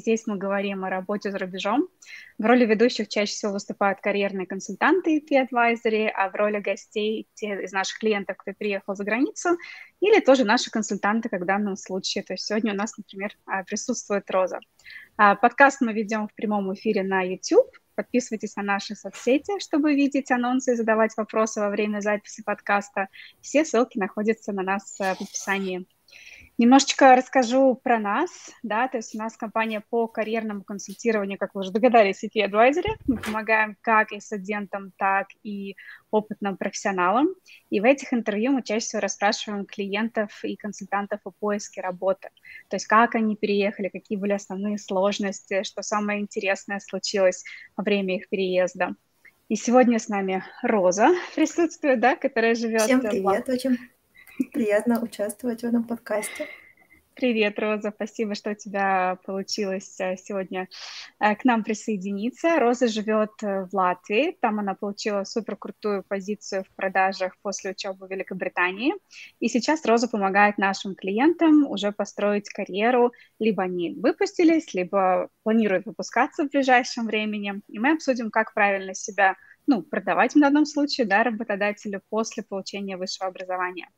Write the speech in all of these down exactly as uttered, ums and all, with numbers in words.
здесь мы говорим о работе за рубежом. В роли ведущих чаще всего выступают карьерные консультанты пи Advisory, а в роли гостей те из наших клиентов, кто приехал за границу, или тоже наши консультанты, как в данном случае. То есть сегодня у нас, например, а, присутствует Роза. А, Подкаст мы ведем в прямом эфире на YouTube. Подписывайтесь на наши соцсети, чтобы видеть анонсы и задавать вопросы во время записи подкаста. Все ссылки находятся на нас э, в описании. Немножечко расскажу про нас, да, то есть у нас компания по карьерному консультированию, как вы уже догадались, и пи Advisory. Мы помогаем как и студентам, так и опытным профессионалам. И в этих интервью мы чаще всего расспрашиваем клиентов и консультантов о поиске работы. То есть как они переехали, какие были основные сложности, что самое интересное случилось во время их переезда. И сегодня с нами Роза присутствует, да, которая живет Всем в привет, очень приятно участвовать в этом подкасте. Привет, Роза, спасибо, что у тебя получилось сегодня к нам присоединиться. Роза живет в Латвии, там она получила суперкрутую позицию в продажах после учебы в Великобритании. И сейчас Роза помогает нашим клиентам уже построить карьеру. Либо они выпустились, либо планируют выпускаться в ближайшем времени. И мы обсудим, как правильно себя, ну, продавать в данном случае, да, работодателю после получения высшего образования.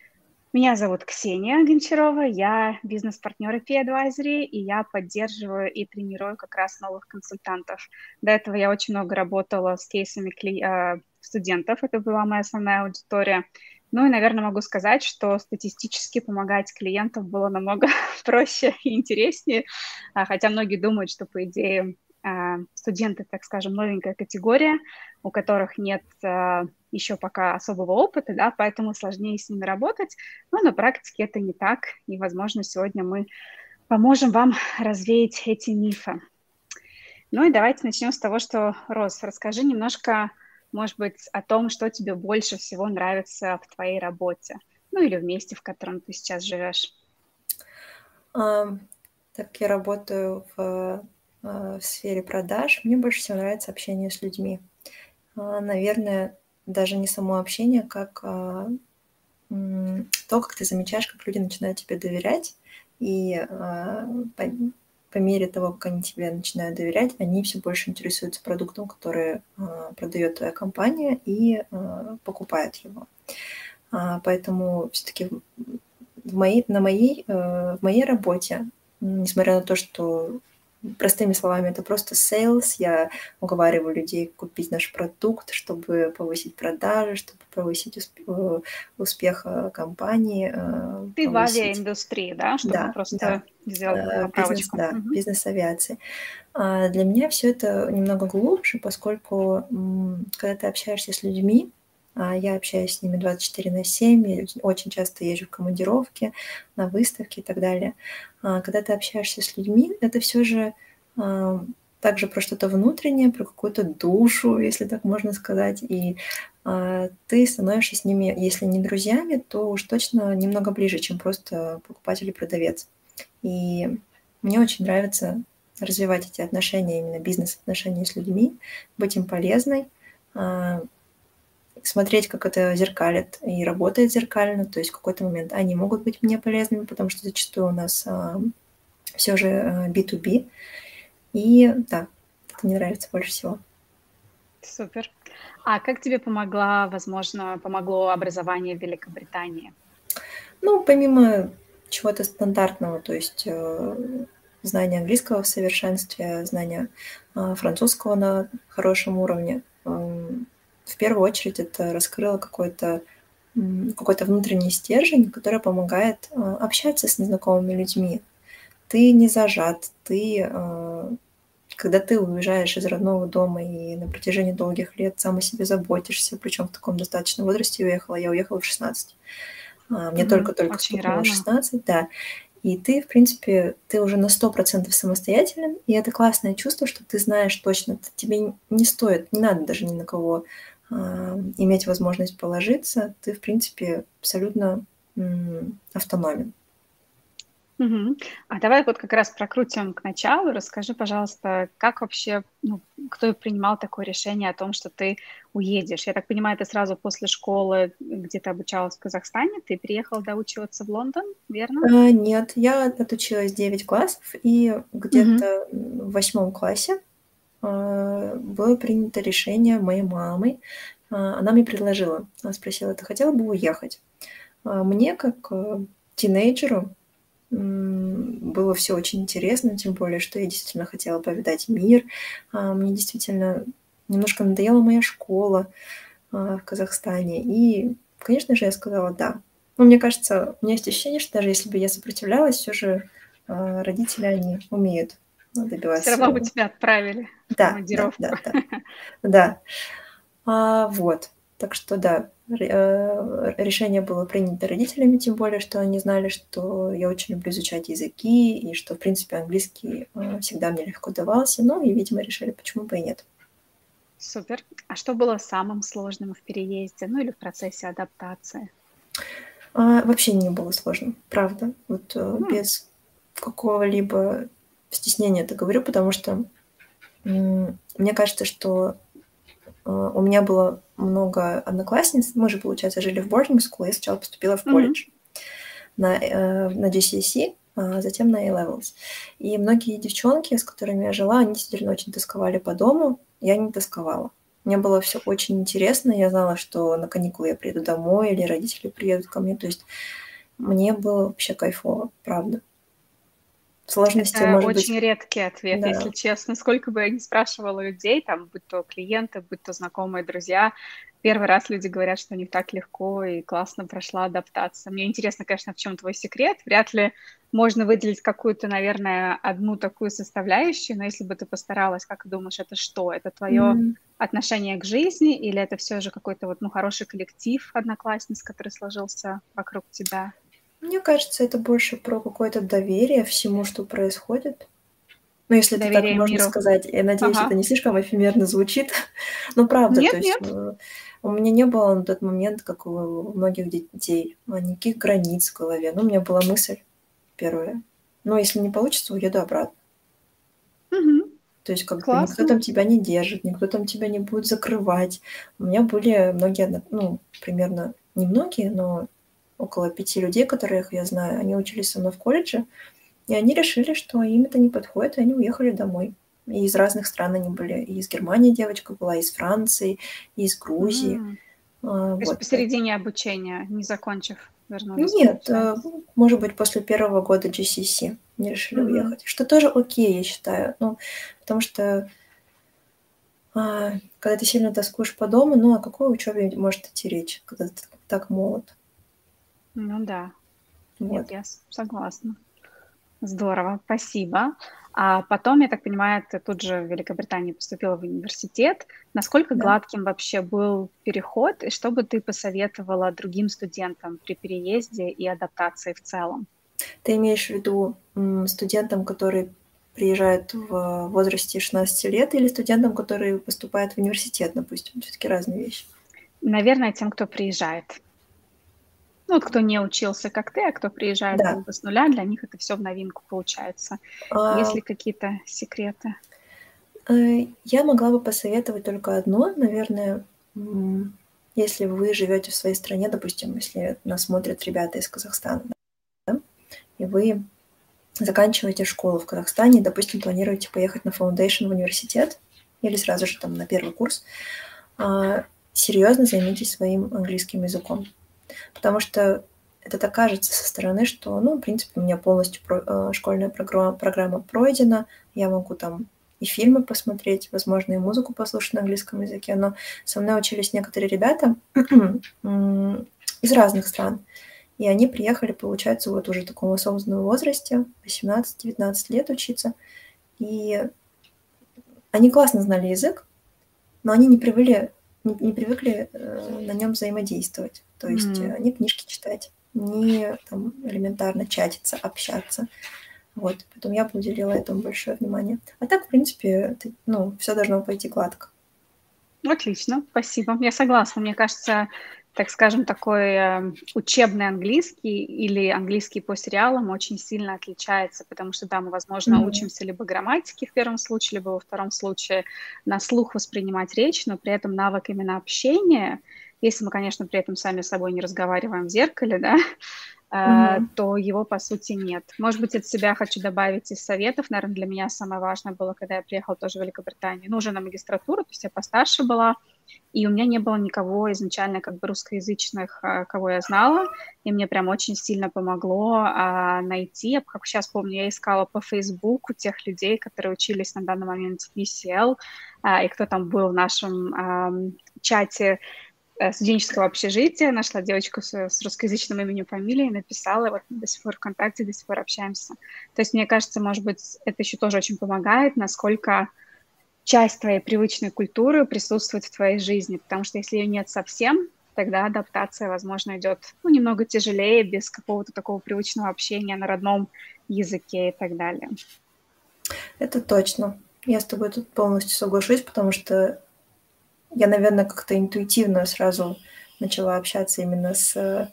Меня зовут Ксения Гончарова, я бизнес-партнер пи Advisory, и я поддерживаю и тренирую как раз новых консультантов. До этого я очень много работала с кейсами кли... студентов, это была моя основная аудитория. Ну и, наверное, могу сказать, что статистически помогать клиентам было намного проще и интереснее, хотя многие думают, что, по идее, студенты, так скажем, новенькая категория, у которых нет еще пока особого опыта, да, поэтому сложнее с ними работать, но на практике это не так, и, возможно, сегодня мы поможем вам развеять эти мифы. Ну и давайте начнем с того, что, Роз, расскажи немножко, может быть, о том, что тебе больше всего нравится в твоей работе, ну или в месте, в котором ты сейчас живешь. А, так я работаю в, в сфере продаж. Мне больше всего нравится общение с людьми. А, наверное, даже не само общение, как а, то, как ты замечаешь, как люди начинают тебе доверять, и а, по, по мере того, как они тебе начинают доверять, они все больше интересуются продуктом, который а, продает твоя компания, и а, покупают его. А, поэтому все-таки в моей, на моей, э, в моей работе, несмотря на то, что простыми словами это просто sales, я уговариваю людей купить наш продукт, чтобы повысить продажи, чтобы повысить успех, успех компании. Ты повысить... в авиаиндустрии, да, чтобы да, просто да. сделать Бизнес, поправочку. да, Угу. бизнес авиации. А для меня все это немного глубже, поскольку когда ты общаешься с людьми, я общаюсь с ними двадцать четыре на семь, я очень часто езжу в командировки, на выставки и так далее. Когда ты общаешься с людьми, это все же также про что-то внутреннее, про какую-то душу, если так можно сказать. И ты становишься с ними, если не друзьями, то уж точно немного ближе, чем просто покупатель и продавец. И мне очень нравится развивать эти отношения, именно бизнес-отношения с людьми, быть им полезной, смотреть, как это зеркалит и работает зеркально, то есть в какой-то момент они могут быть мне полезными, потому что зачастую у нас а, все же а, би ту би, и да, это мне нравится больше всего. Супер. А как тебе помогла, возможно, помогло образование в Великобритании? Ну, помимо чего-то стандартного, то есть э, знание английского в совершенстве, знание э, французского на хорошем уровне, э, в первую очередь это раскрыло какой-то какой-то внутренний стержень, который помогает э, общаться с незнакомыми людьми. Ты не зажат, ты, э, когда ты уезжаешь из родного дома и на протяжении долгих лет сам о себе заботишься, причем в таком достаточном возрасте уехала, я уехала в шестнадцать. Мне mm-hmm. только-только Очень стукнуло рано. шестнадцать, да. И ты, в принципе, ты уже на сто процентов самостоятелен, и это классное чувство, что ты знаешь точно, тебе не стоит, не надо даже ни на кого э, иметь возможность положиться, ты, в принципе, абсолютно м, автономен. Мгм. А давай вот как раз прокрутим к началу. Расскажи, пожалуйста, как вообще, ну, кто принимал такое решение о том, что ты уедешь? Я так понимаю, ты сразу после школы, где ты обучалась в Казахстане, ты переехала доучиваться в Лондон, верно? А, нет, я отучилась девять классов, и Мгм. где-то в восьмом классе а, было принято решение моей мамой. А, Она мне предложила, она спросила: "Ты хотела бы уехать?" А, Мне, как э, тинейджеру, м, было все очень интересно, тем более, что я действительно хотела повидать мир. А, Мне действительно немножко надоела моя школа а, в Казахстане. И, конечно же, я сказала «да». Но мне кажется, у меня есть ощущение, что даже если бы я сопротивлялась, все же а, родители, они умеют а, Все добиваться равно бы своего. тебя отправили в Да, да, командировку. да, да, да. А, вот. Так что да, ре э, решение было принято родителями, тем более, что они знали, что я очень люблю изучать языки и что, в принципе, английский, а, всегда мне легко давался. Ну и, видимо, решили, почему бы и нет. Супер. А что было самым сложным в переезде, ну или в процессе адаптации? А, вообще не было сложно, правда. Вот, э, М, без какого-либо стеснения это говорю, потому что, м, мне кажется, что, э, у меня было много одноклассниц. Мы же, получается, жили в boarding school, я сначала поступила в мгм. колледж на, э, на джи си эс и, а затем на A-levels. И многие девчонки, с которыми я жила, они действительно очень тосковали по дому. Я не тосковала. Мне было все очень интересно. Я знала, что на каникулы я приеду домой или родители приедут ко мне. То есть мне было вообще кайфово, правда. Сложности, Это может быть, очень редкий ответ, если да. честно. Сколько бы я ни спрашивала людей, там, будь то клиенты, будь то знакомые, друзья, первый раз люди говорят, что у них так легко и классно прошла адаптация. Мне интересно, конечно, в чем твой секрет. Вряд ли можно выделить какую-то, наверное, одну такую составляющую, но если бы ты постаралась, как ты думаешь, это что? Это твое М, отношение к жизни или это все же какой-то вот, ну, хороший коллектив одноклассниц, который сложился вокруг тебя? Мне кажется, это больше про какое-то доверие всему, что происходит. Ну, если это так Доверие можно миру. сказать. Я надеюсь, это Ага. не слишком эфемерно звучит. Но правда, то Нет, есть, нет. э, у меня не было на тот момент, как у многих детей, а, никаких границ в голове. Ну, у меня была мысль первая: ну, если не получится, уеду обратно. Мгм. То есть как бы никто Классно. там тебя не держит, никто там тебя не будет закрывать. У меня были многие одно ну, примерно не многие, но около пяти людей, которых я знаю, они учились со мной в колледже, и они решили, что им это не подходит, и они уехали домой. И из разных стран они были. И из Германии девочка была, и из Франции, и из Грузии. М. А, То есть вот, поэт посередине обучения, не закончив, вернулись, Нет, э, получается. может быть, после первого года джи си си они решили Мгм. уехать. Что тоже окей, я считаю. Ну, потому что А, когда ты сильно тоскуешь по дому, ну, о какой учебе может идти речь, когда ты так молод? Ну да. Нет, Вот. я с согласна. Здорово, спасибо. А потом, я так понимаю, ты тут же в Великобритании поступила в университет. Насколько Да. гладким вообще был переход, и что бы ты посоветовала другим студентам при переезде и адаптации в целом? Ты имеешь в виду, м, студентам, которые приезжают в возрасте шестнадцати лет, или студентам, которые поступают в университет, допустим? Всё-таки разные вещи. Наверное, тем, кто приезжает. Ну, вот кто не учился, как ты, а кто приезжает Да. как бы с нуля, для них это все в новинку получается. Есть А, ли какие-то секреты? э, я могла бы посоветовать только одно, наверное, м, если вы живете в своей стране, допустим, если нас смотрят ребята из Казахстана, да, и вы заканчиваете школу в Казахстане, допустим, планируете поехать на foundation в университет или сразу же там на первый курс, а, серьезно займитесь своим английским языком. Потому что это так кажется со стороны, что, ну, в принципе, у меня полностью про э, школьная програ программа пройдена, я могу там и фильмы посмотреть, возможно, и музыку послушать на английском языке, но со мной учились некоторые ребята, м, из разных стран. И они приехали, получается, вот уже в таком осознанном возрасте, восемнадцать-девятнадцать лет учиться. И они классно знали язык, но они не привыкли не не привыкли, э, на нем взаимодействовать. То есть, М, э, не книжки читать, не там элементарно чатиться, общаться. Вот, поэтому я бы уделила этому большое внимание. А так, в принципе, ты ну, все должно пойти гладко. Отлично, спасибо. Я согласна. Мне кажется, так скажем, такой э, учебный английский или английский по сериалам очень сильно отличается, потому что, да, мы, возможно, Мгм. учимся либо грамматике в первом случае, либо во втором случае на слух воспринимать речь, но при этом навык именно общения, если мы, конечно, при этом сами с собой не разговариваем в зеркале, да, э, Мгм. то его, по сути, нет. Может быть, от себя хочу добавить из советов. Наверное, для меня самое важное было, когда я приехала тоже в Великобританию, ну, уже на магистратуру, то есть я постарше была, и у меня не было никого изначально как бы русскоязычных, а, кого я знала, и мне прям очень сильно помогло а, найти. Я как сейчас помню, я искала по Фейсбуку тех людей, которые учились на данный момент в ю си эл, а, и кто там был в нашем ам, чате э, студенческого общежития, нашла девочку с, с русскоязычным именем, фамилией, написала, и вот мы до сих пор ВКонтакте, до сих пор общаемся. То есть мне кажется, может быть, это еще тоже очень помогает, насколько часть твоей привычной культуры присутствует в твоей жизни, потому что если ее нет совсем, тогда адаптация, возможно, идет ну, немного тяжелее, без какого-то такого привычного общения на родном языке и так далее. Это точно. Я с тобой тут полностью соглашусь, потому что я, наверное, как-то интуитивно сразу начала общаться именно с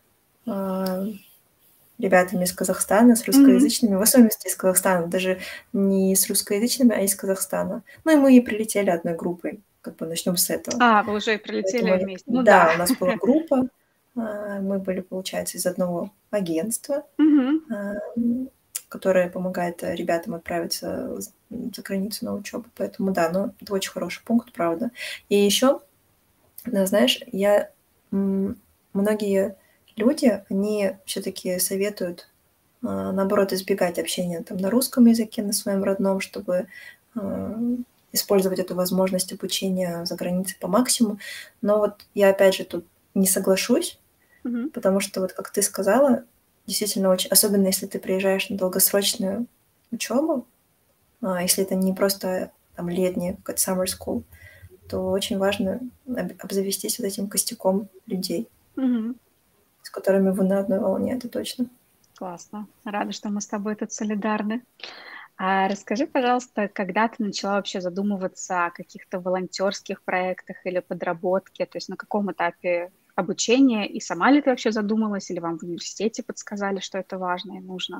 а, ребятами из Казахстана, с Мгм. русскоязычными, в особенности из Казахстана, даже не с русскоязычными, а из Казахстана. Ну и мы и прилетели одной группой, как бы начнем с этого. А, вы уже Поэтому, прилетели я- вместе. Ну да. да, у нас была группа, а, мы были, получается, из одного агентства, Мгм. а, которое помогает э, ребятам отправиться з- за границу на учебу. Поэтому да, ну, это очень хороший пункт, правда. И еще, да, знаешь, я м, многие люди, они все-таки советуют, а, наоборот, избегать общения там на русском языке, на своем родном, чтобы а, использовать эту возможность обучения за границей по максимуму. Но вот я опять же тут не соглашусь, Мгм. потому что вот как ты сказала, действительно очень, особенно если ты приезжаешь на долгосрочную учебу, а, если это не просто там летняя какая-то summer school, то очень важно об- обзавестись вот этим костяком людей, Мгм. с которыми вы на одной волне, это точно. Классно. Рада, что мы с тобой тут солидарны. А расскажи, пожалуйста, когда ты начала вообще задумываться о каких-то волонтерских проектах или подработке, то есть на каком этапе обучения, и сама ли ты вообще задумалась, или вам в университете подсказали, что это важно и нужно?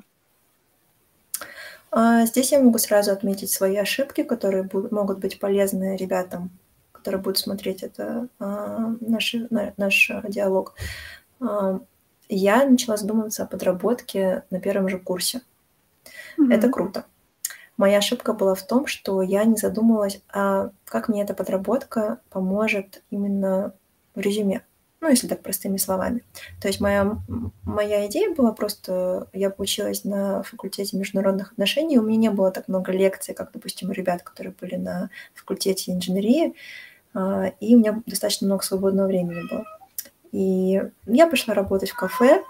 А, здесь я могу сразу отметить свои ошибки, которые бу- могут быть полезны ребятам, которые будут смотреть это, а, наш, на- наш а, диалог. А, я начала задумываться о подработке на первом же курсе. Это Мгм. круто. Моя ошибка была в том, что я не задумалась, а как мне эта подработка поможет именно в резюме. Ну, если так простыми словами. То есть моя, м, моя идея была просто, я поучилась на факультете международных отношений, у меня не было так много лекций, как, допустим, у ребят, которые были на факультете инженерии, а, и у меня достаточно много свободного времени было. И я пошла работать в кафе,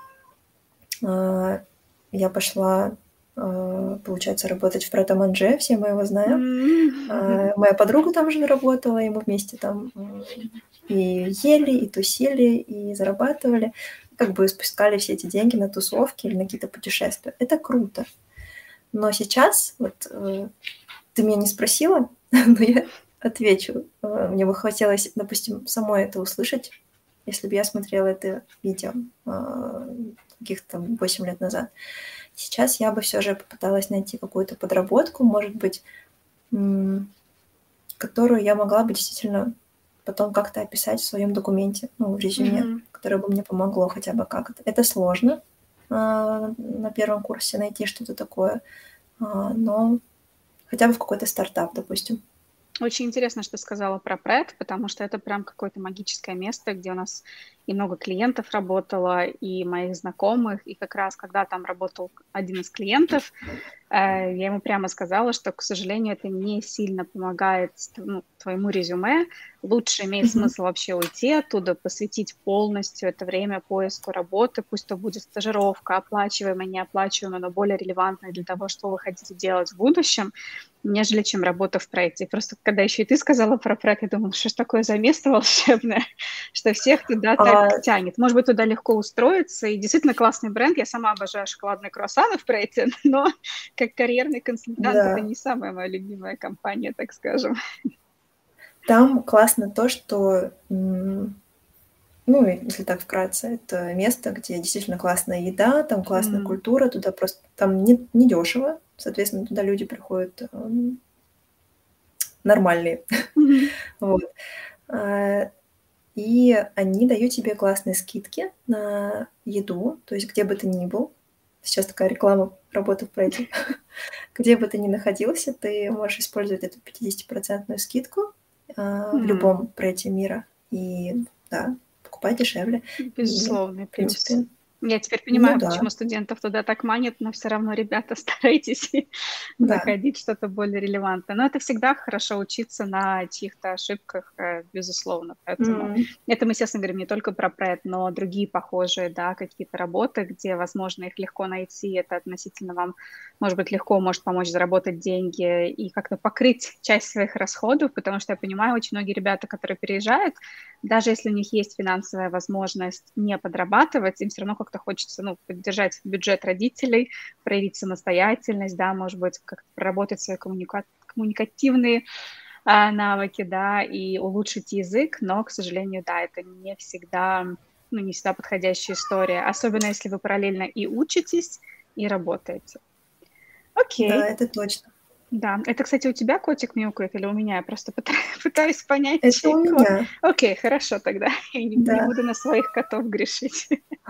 а, я пошла, а, получается, работать в Пret а Manger, все мы его знаем. М. А, моя подруга там же работала, и мы вместе там м, и ели, и тусили, и зарабатывали. Как бы спускали все эти деньги на тусовки или на какие-то путешествия. Это круто. Но сейчас, вот э, ты меня не спросила, но я отвечу. Э, Мне бы хотелось, допустим, самой это услышать, если бы я смотрела это видео а, каких-то восемь лет назад. Сейчас я бы все же попыталась найти какую-то подработку, может быть, м, которую я могла бы действительно потом как-то описать в своем документе, ну, в резюме, Мгм. которое бы мне помогло хотя бы как-то. Это сложно а, на первом курсе найти что-то такое, а, но хотя бы в какой-то стартап, допустим. Очень интересно, что ты сказала про Пред, потому что это прям какое-то магическое место, где у нас и много клиентов работало, и моих знакомых. И как раз, когда там работал один из клиентов, э, я ему прямо сказала, что, к сожалению, это не сильно помогает ну, твоему резюме. Лучше имеет Мгм. смысл вообще уйти оттуда, посвятить полностью это время поиску работы. Пусть то будет стажировка, оплачиваемая, неоплачиваемая, но более релевантная для того, что вы хотите делать в будущем, нежели чем работа в проекте. Просто когда еще и ты сказала про проект, я думала, что ж такое за место волшебное, что всех туда так А, тянет. Может быть, туда легко устроиться, и действительно классный бренд. Я сама обожаю шоколадные круассаны в проекте, но как карьерный консультант это да, не самая моя любимая компания, так скажем. там классно то, что м, Ну, если так вкратце, это место, где действительно классная еда, там классная М. культура, туда просто там не недешево, соответственно, туда люди приходят, эм, нормальные. Мгм. Вот. А, и они дают тебе классные скидки на еду, то есть где бы ты ни был. Сейчас такая реклама работы в прайде. Где бы ты ни находился, ты можешь использовать эту пятидесятипроцентную скидку, а, в М. любом прайде мира и, да, покупать дешевле. И, Безусловный в плюс. принципе, Я теперь ну понимаю, да, почему студентов туда так манит, но все равно, ребята, старайтесь да. находить что-то более релевантное. Но это всегда хорошо учиться на чьих-то ошибках, э, безусловно. Поэтому М, это мы, естественно, говорим не только про проект, но другие похожие, да, какие-то работы, где, возможно, их легко найти. Это относительно вам, может быть, легко может помочь заработать деньги и как-то покрыть часть своих расходов, потому что я понимаю, очень многие ребята, которые переезжают, даже если у них есть финансовая возможность не подрабатывать, им все равно как-то хочется, ну, поддержать бюджет родителей, проявить самостоятельность, да, может быть, как-то проработать свои коммуника коммуникативные, а, навыки, да, и улучшить язык, но, к сожалению, да, это не всегда, ну, не всегда подходящая история, особенно если вы параллельно и учитесь, и работаете. да, Окей, это точно. да. Это, кстати, у тебя котик мяукает или у меня? Я просто пыта пытаюсь понять, Это у чей кот. меня, Окей, хорошо тогда. Я не не да, буду на своих котов грешить.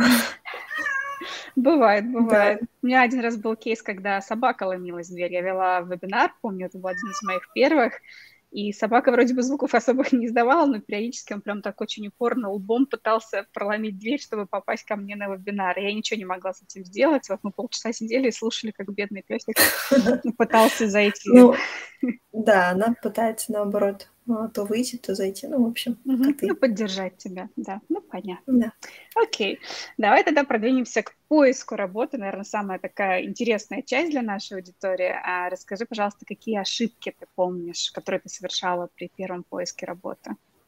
Бывает, да. бывает. У меня один раз был кейс, когда собака ломилась в дверь. Я вела вебинар, помню, это был один из моих первых, и собака вроде бы звуков особых не издавала, но периодически он прям так очень упорно лбом пытался проломить дверь, чтобы попасть ко мне на вебинар. И я ничего не могла с этим сделать. Вот мы полчаса сидели и слушали, как бедный песик пытался зайти. Ну да, она пытается, наоборот, а, то выйти, то зайти. Ну, в общем, Мгм. Ну, коты. поддержать тебя, да. Ну, понятно. Да. Окей. Давай тогда продвинемся к поиску работы. Наверное, самая такая интересная часть для нашей аудитории. А, расскажи, пожалуйста, какие ошибки ты помнишь, которые ты совершала при первом поиске работы?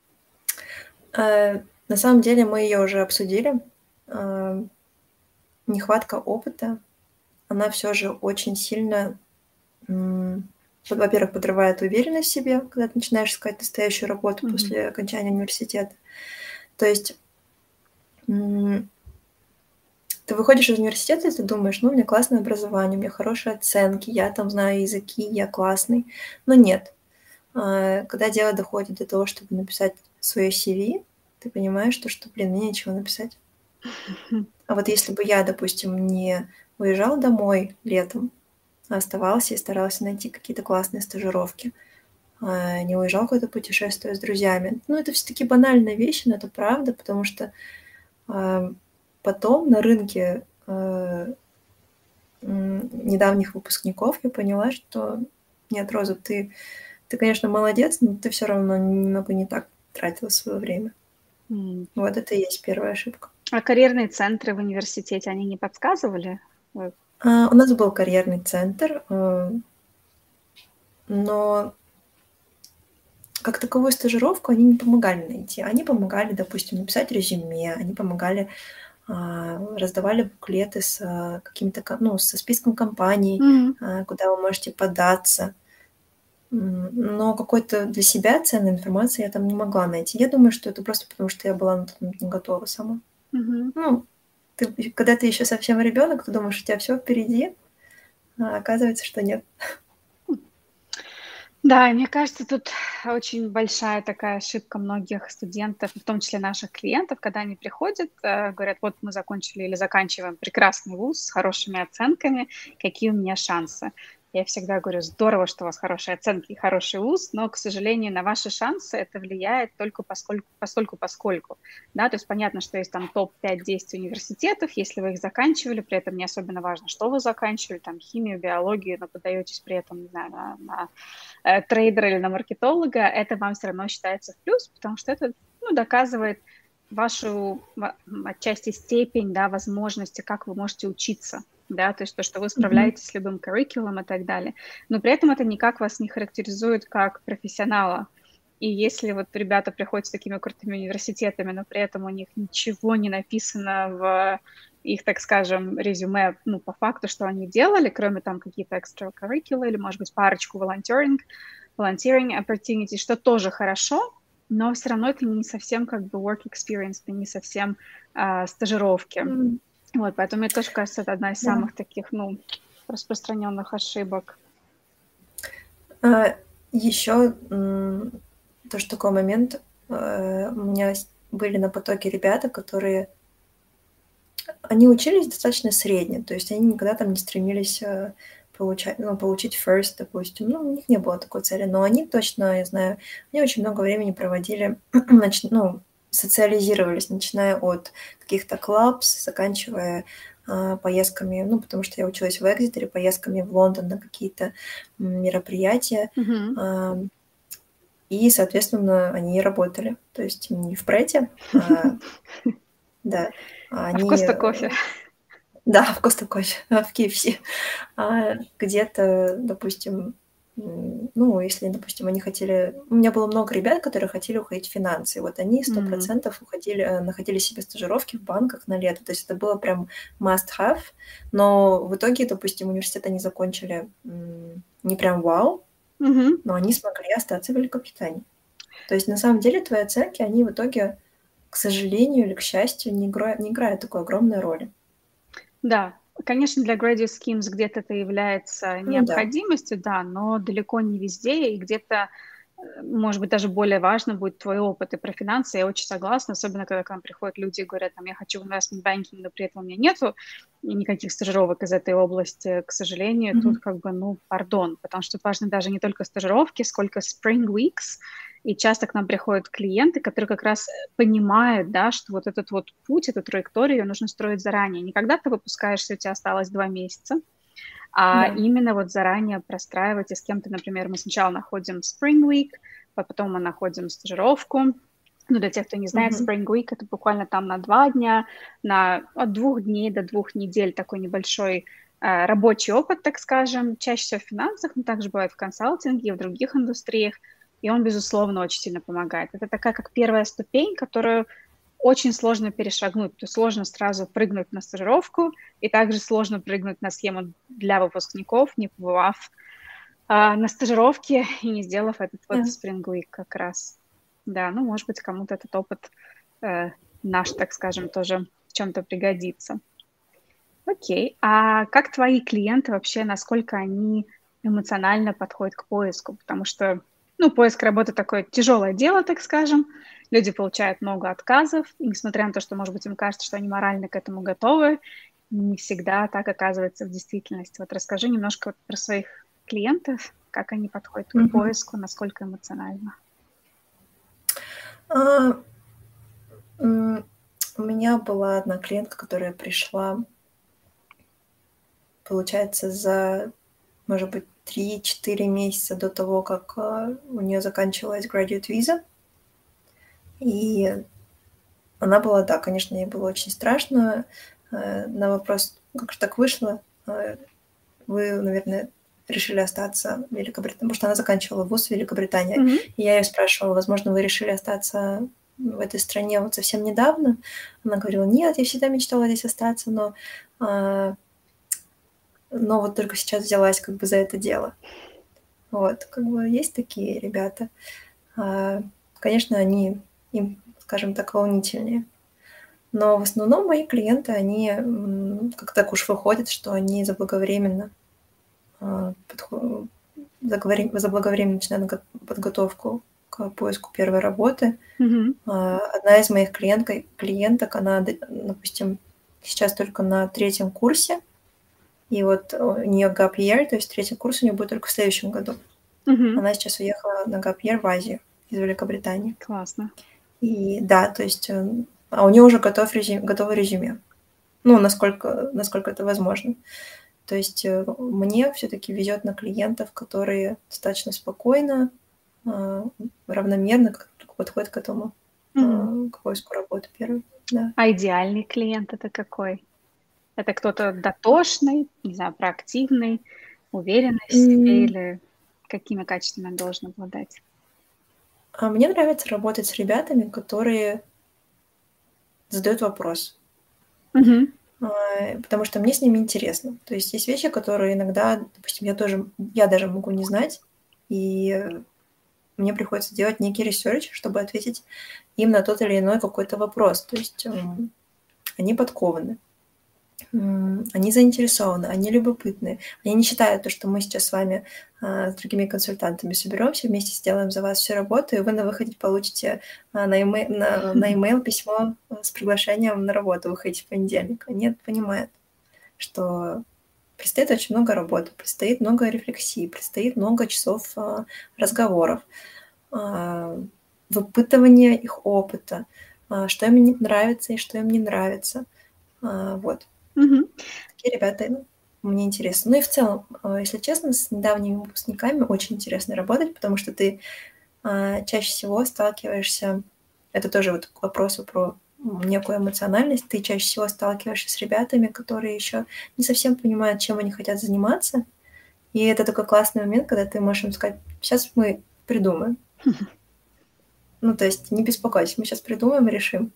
Э, на самом деле мы ее уже обсудили. А, нехватка опыта, она все же очень сильно, м, во во-первых, подрывает уверенность в себе, когда ты начинаешь искать настоящую работу Мгм. после окончания университета. То есть, м, ты выходишь из университета, и ты думаешь: "Ну, у меня классное образование, у меня хорошие оценки, я там знаю языки, я классный". Но нет. А, когда дело доходит до того, чтобы написать свое си ви, ты понимаешь, что что, блин, мне нечего написать. А вот если бы я, допустим, не уезжал домой летом, а оставался и старался найти какие-то классные стажировки, а, не уезжал в какое-то путешествие с друзьями. Ну, это все таки банальные вещи, но это правда, потому что, а, потом на рынке, э, м, недавних выпускников я поняла, что нет, Роза, ты ты, конечно, молодец, но ты все равно немного не так тратила свое время. М. Вот это и есть первая ошибка. А карьерные центры в университете, они не подсказывали? Э, А, у нас был карьерный центр, э, но как таковую стажировку они не помогали найти. Они помогали, допустим, написать резюме, они помогали, а, раздавали буклеты с, а, какими-то ко ну, со списком компаний, Мгм. а, куда вы можете податься. М, но какой-то для себя ценной информации я там не могла найти. Я думаю, что это просто потому, что я была на тот момент не готова сама. Мгм. Ну, ты когда ты еще совсем ребенок, ты думаешь, у тебя все впереди, а оказывается, что нет. Да, и мне кажется, тут очень большая такая ошибка многих студентов, в том числе наших клиентов, когда они приходят, э, говорят: "Вот мы закончили или заканчиваем прекрасный вуз с хорошими оценками, какие у меня шансы?" Я всегда говорю: "Здорово, что у вас хорошие оценки и хороший вуз, но, к сожалению, на ваши шансы это влияет только поскольку постольку-поскольку". Да, то есть понятно, что есть там топ пять-десять университетов, если вы их заканчивали, при этом не особенно важно, что вы заканчивали, там химию, биологию, но подаетесь при этом, не знаю, на на э, трейдера или на маркетолога, это вам все равно считается в плюс, потому что это, ну, доказывает вашу ва- м, отчасти степень, да, возможности, как вы можете учиться, да, то есть то, что вы Мгм. справляетесь с любым curriculum и так далее. Но при этом это никак вас не характеризует как профессионала. И если вот ребята приходят с такими крутыми университетами, но при этом у них ничего не написано в их, так скажем, резюме, ну, по факту, что они делали, кроме там какие-то extracurricular или, может быть, парочку volunteering, volunteering opportunity, что тоже хорошо, но все равно это не совсем как бы work experience, это не совсем а, стажировки. М, Вот, поэтому мне тоже кажется, это одна из да. самых таких, ну, распространенных ошибок. А, еще м, тоже такой момент. э, У меня с- были на потоке ребята, которые они учились достаточно средне, то есть они никогда там не стремились э, получать, ну, получить first, допустим. Ну, у них не было такой цели, но они точно, я знаю, они очень много времени проводили, нач- ну, социализировались, начиная от каких-то клабс, заканчивая а, поездками, ну, потому что я училась в Экзетере, поездками в Лондон на какие-то м, мероприятия. Мгм. а, И, соответственно, они работали. То есть не в прете, а, да, а А в они Коста кофе. э, да, в Коста Кофе, в Ки Эф Си. А где-то, допустим, м, ну, если, допустим, они хотели... У меня было много ребят, которые хотели уходить в финансы. И вот они сто М, процентов уходили, э, находили себе стажировки в банках на лето. То есть это было прям must-have. Но в итоге, допустим, университет они закончили м, не прям вау, мгм. но они смогли остаться в Великобритании. То есть на самом деле твои оценки, они в итоге, к сожалению или к счастью, не играют, не играют такой огромной роли. Да, конечно, для graduate schemes где-то это является Ну да. необходимостью, да, но далеко не везде, и где-то, э, может быть, даже более важно будет твой опыт. И про финансы я очень согласна, особенно когда к нам приходят люди и говорят, там, я хочу в investment banking, но при этом у меня нету никаких стажировок из этой области, к сожалению, тут Мгм. как бы, ну, пардон, потому что тут важны даже не только стажировки, сколько spring weeks, и часто к нам приходят клиенты, которые как раз понимают, да, что вот этот вот путь, эту траекторию ее нужно строить заранее. Не когда ты выпускаешься, у тебя осталось два месяца, а Да. именно вот заранее простраивать, и с кем-то, например, мы сначала находим Spring Week, а потом мы находим стажировку. Ну, для тех, кто не знает, Мгм. Spring Week — это буквально там на два дня, на от двух дней до двух недель такой небольшой э, рабочий опыт, так скажем, чаще всего в финансах, но также бывает в консалтинге и в других индустриях, и он, безусловно, очень сильно помогает. Это такая как первая ступень, которую очень сложно перешагнуть. То есть сложно сразу прыгнуть на стажировку, и также сложно прыгнуть на схему для выпускников, не побывав а, на стажировке и не сделав этот вот Да. Spring Week как раз. Да, ну, может быть, кому-то этот опыт э, наш, так скажем, тоже в чем-то пригодится. Окей. А как твои клиенты вообще, насколько они эмоционально подходят к поиску? Потому что, ну, поиск работы такое тяжелое дело, так скажем. Люди получают много отказов, и несмотря на то, что, может быть, им кажется, что они морально к этому готовы, не всегда так оказывается в действительности. Вот расскажи немножко вот про своих клиентов, как они подходят к Мгм. поиску, насколько эмоционально. А, м, у меня была одна клиентка, которая пришла, получается, за, может быть, три-четыре месяца до того, как а, у нее заканчивалась graduate visa. И она была, да, конечно, ей было очень страшно. Э, На вопрос, как же так вышло, э, вы, наверное, решили остаться в Великобритании, потому что она заканчивала вуз в Великобритании. Мгм. И я ее спрашивала, возможно, вы решили остаться в этой стране вот совсем недавно? Она говорила, нет, я всегда мечтала здесь остаться, но, а, но вот только сейчас взялась как бы за это дело. Вот, как бы есть такие ребята. А, Конечно, они, им, скажем так, волнительнее. Но в основном мои клиенты, они, м, как так уж выходит, что они заблаговременно, а, подхо заговорим заблаговременно начинают го подготовку к поиску первой работы. Мгм. А, одна из моих клиенткой клиенток, она, д допустим, сейчас только на третьем курсе, и вот у нее gap year, то есть третий курс у нее будет только в следующем году. Мгм. Она сейчас уехала на gap year в Азию из Великобритании. Классно. И да, то есть, э, а у нее уже готов резю готово резюме. Ну, насколько насколько это возможно. То есть, э, мне все таки везет на клиентов, которые достаточно спокойно, а, равномерно к подходят к этому, Мгм. а, к поиску работы первой. Да. А идеальный клиент — это какой? Это кто-то дотошный, не знаю, проактивный, уверенный в себе М, или какими качествами он должен обладать? а мне нравится работать с ребятами, которые задают вопрос, Мгм. а, потому что мне с ними интересно. То есть есть вещи, которые иногда, допустим, я тоже я даже могу не знать, и мне приходится делать некий ресерч, чтобы ответить им на тот или иной какой-то вопрос. То есть они подкованы, они заинтересованы, они любопытны. Они не считают то, что мы сейчас с вами с другими консультантами соберемся, вместе сделаем за вас всю работу, и вы на выходе получите на e-mail, на, на e-mail письмо с приглашением на работу, выходите в понедельник. Они это понимают, что предстоит очень много работы, предстоит много рефлексий, предстоит много часов разговоров, выпытывания их опыта, что им не нравится и что им не нравится. Вот. Угу. Такие ребята, ну, мне интересно. Ну и в целом, если честно, с недавними выпускниками очень интересно работать, потому что ты чаще всего сталкиваешься, это тоже вот к вопросу про некую эмоциональность, ты чаще всего сталкиваешься с ребятами, которые еще не совсем понимают, чем они хотят заниматься. И это такой классный момент, когда ты можешь им сказать: сейчас мы придумаем. Ну, то есть не беспокойтесь, мы сейчас придумаем и решим.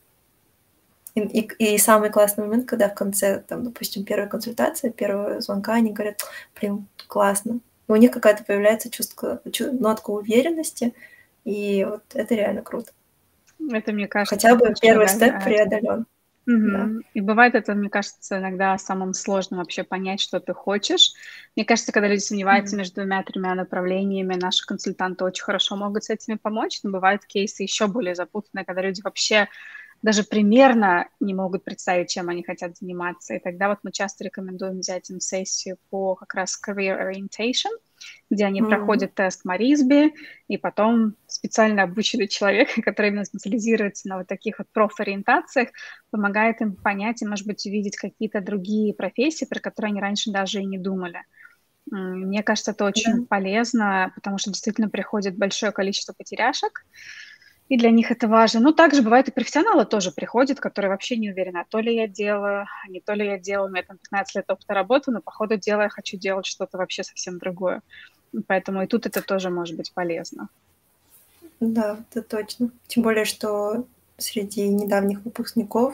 И, и, и самый классный момент, когда в конце, там, допустим, первой консультации, первого звонка, они говорят: блин, классно. И у них какая-то появляется чувство, нотка уверенности, и вот это реально круто. Это, мне кажется, хотя бы первый степ преодолен. Угу. Да. И бывает это, мне кажется, иногда самым сложным вообще понять, что ты хочешь. Мне кажется, когда люди сомневаются mm-hmm. между двумя-тремя направлениями, наши консультанты очень хорошо могут с этими помочь, но бывают кейсы еще более запутанные, когда люди вообще даже примерно не могут представить, чем они хотят заниматься. И тогда вот мы часто рекомендуем взять им сессию по как раз career orientation, где они mm-hmm. проходят тест Марисби, и потом специально обученный человек, который именно специализируется на вот таких вот профориентациях, помогает им понять и, может быть, увидеть какие-то другие профессии, про которые они раньше даже и не думали. Мне кажется, это очень yeah. полезно, потому что действительно приходит большое количество потеряшек, и для них это важно. Ну, также бывает и профессионалы тоже приходят, которые вообще не уверены, а то ли я делаю, а не то ли я делаю. У меня там пятнадцать лет опыта работы, но по ходу дела я хочу делать что-то вообще совсем другое. Поэтому и тут это тоже может быть полезно. Да, это точно. Тем более, что среди недавних выпускников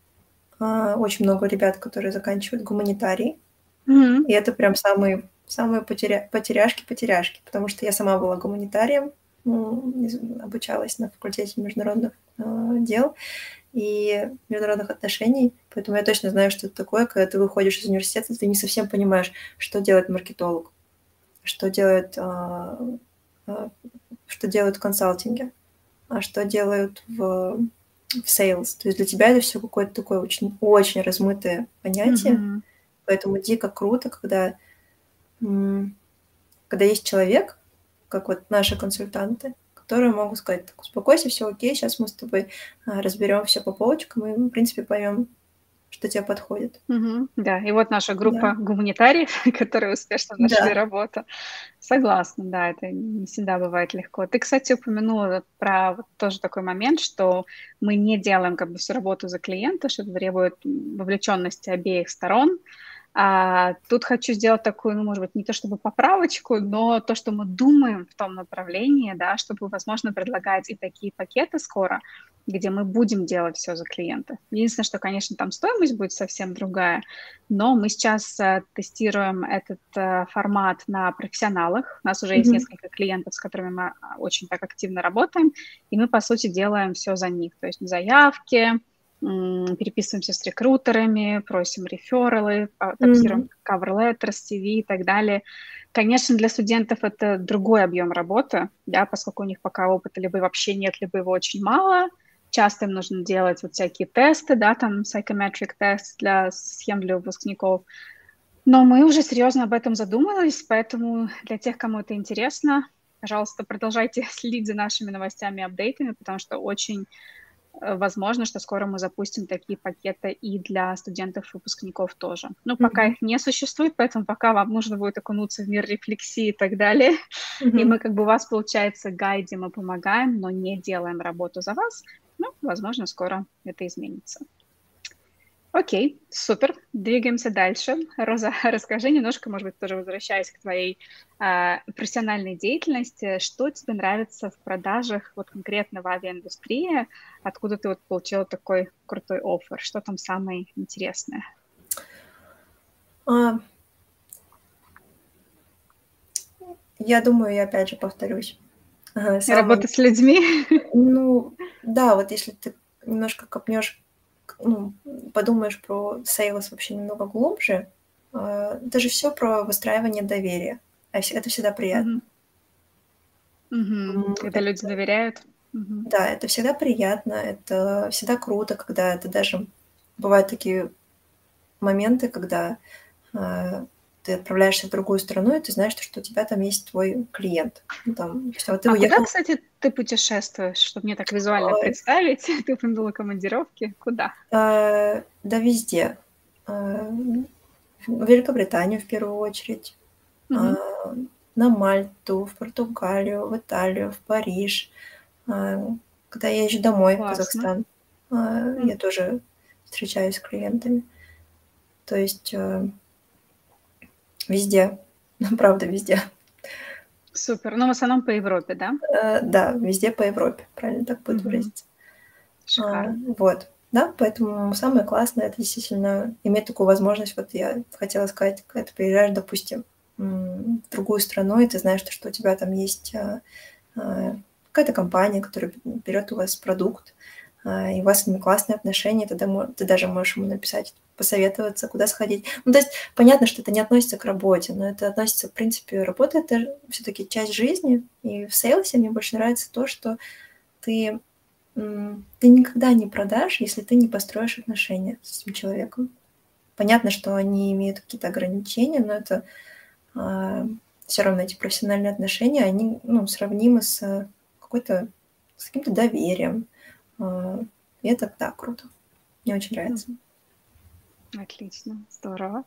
а, очень много ребят, которые заканчивают гуманитарий. Mm-hmm. И это прям самые, самые потеря... потеряшки-потеряшки, потому что я сама была гуманитарием, ну, обучалась на факультете международных э, дел и международных отношений, поэтому я точно знаю, что это такое, когда ты выходишь из университета, ты не совсем понимаешь, что делает маркетолог, что делает, э, э, что делают в консалтинге, а что делают в, в sales. То есть для тебя это все какое-то такое очень, очень размытое понятие, Mm-hmm. поэтому дико круто, когда, м- когда есть человек, как вот наши консультанты, которые могут сказать: так, успокойся, все окей, сейчас мы с тобой разберем все по полочкам, и мы, в принципе, поймем, что тебе подходит. Угу, да, и вот наша группа да. гуманитариев, которые успешно нашли да. работу. Согласна, да, это не всегда бывает легко. Ты, кстати, упомянула про вот тоже такой момент, что мы не делаем как бы всю работу за клиента, что это требует вовлеченности обеих сторон. А тут хочу сделать такую, ну, может быть, не то чтобы поправочку, но то, что мы думаем в том направлении, да, чтобы, возможно, предлагать и такие пакеты скоро, где мы будем делать все за клиента. Единственное, что, конечно, там стоимость будет совсем другая, но мы сейчас uh, тестируем этот uh, формат на профессионалах. У нас уже mm-hmm. есть несколько клиентов, с которыми мы очень так активно работаем, и мы, по сути, делаем все за них, то есть заявки, переписываемся с рекрутерами, просим рефералы, адаптируем mm-hmm. cover letters, си ви и так далее. Конечно, для студентов это другой объем работы, да, поскольку у них пока опыта либо вообще нет, либо его очень мало. Часто им нужно делать вот всякие тесты, да, там psychometric тест для схем для выпускников. Но мы уже серьезно об этом задумались, поэтому для тех, кому это интересно, пожалуйста, продолжайте следить за нашими новостями и апдейтами, потому что очень возможно, что скоро мы запустим такие пакеты и для студентов-выпускников тоже. Ну, пока mm-hmm. их не существует, поэтому пока вам нужно будет окунуться в мир рефлексии и так далее. Mm-hmm. И мы как бы вас, получается, гайдим и помогаем, но не делаем работу за вас. Ну, возможно, скоро это изменится. Окей, супер. Двигаемся дальше. Роза, расскажи немножко, может быть, тоже возвращаясь к твоей э, профессиональной деятельности, что тебе нравится в продажах, вот конкретно в авиаиндустрии, откуда ты вот получила такой крутой оффер, что там самое интересное? А, я думаю, я опять же повторюсь. Ага, самое Работа с людьми? Ну да, вот если ты немножко копнешь, к ну, подумаешь про сейлс вообще немного глубже, а, это же всё про выстраивание доверия, а вс это всегда приятно. Мгм. Мгм. М, Когда люди это доверяют? Мгм. Да, это всегда приятно, это всегда круто, когда это даже бывают такие моменты, когда, а, ты отправляешься в другую страну, и ты знаешь, то что у тебя там есть твой клиент. Ну, там, допустим, вот ты А куда, уехал кстати, ты путешествуешь, чтобы мне так визуально Ой. представить? Ты упомянула командировки. Куда? А, да везде. Ам, в Великобританию в первую очередь, а, Мгм. на Мальту, в Португалию, в Италию, в Париж. А, когда я езжу домой в Классно. Казахстан, а, М. я тоже встречаюсь с клиентами. То есть, э везде, ну правда, везде. Супер. Но в основном по Европе, да? Э, да, везде по Европе, правильно так будет Мгм. выразиться. А, Шикарно. вот. Да, поэтому самое классное- это действительно иметь такую возможность. Вот я хотела сказать, когда ты приезжаешь, допустим, м, в другую страну, и ты знаешь, то что у тебя там есть, а, а, какая-то компания, которая м, берёт у вас продукт, а, и у вас с ними классные отношения, тогда мо ты даже можешь ему написать, посоветоваться, куда сходить. Ну, то есть понятно, что это не относится к работе, но это относится, в принципе работа- это всё-таки часть жизни. И в сейлсе мне больше нравится то, что ты, м, ты никогда не продашь, если ты не построишь отношения с этим человеком. Понятно, что они имеют какие-то ограничения, но это, а, всё равно эти профессиональные отношения, они, ну, сравнимы с какой-то с каким-то доверием. А, и это, да, круто. Мне очень нравится. Мгм. Отлично, здорово.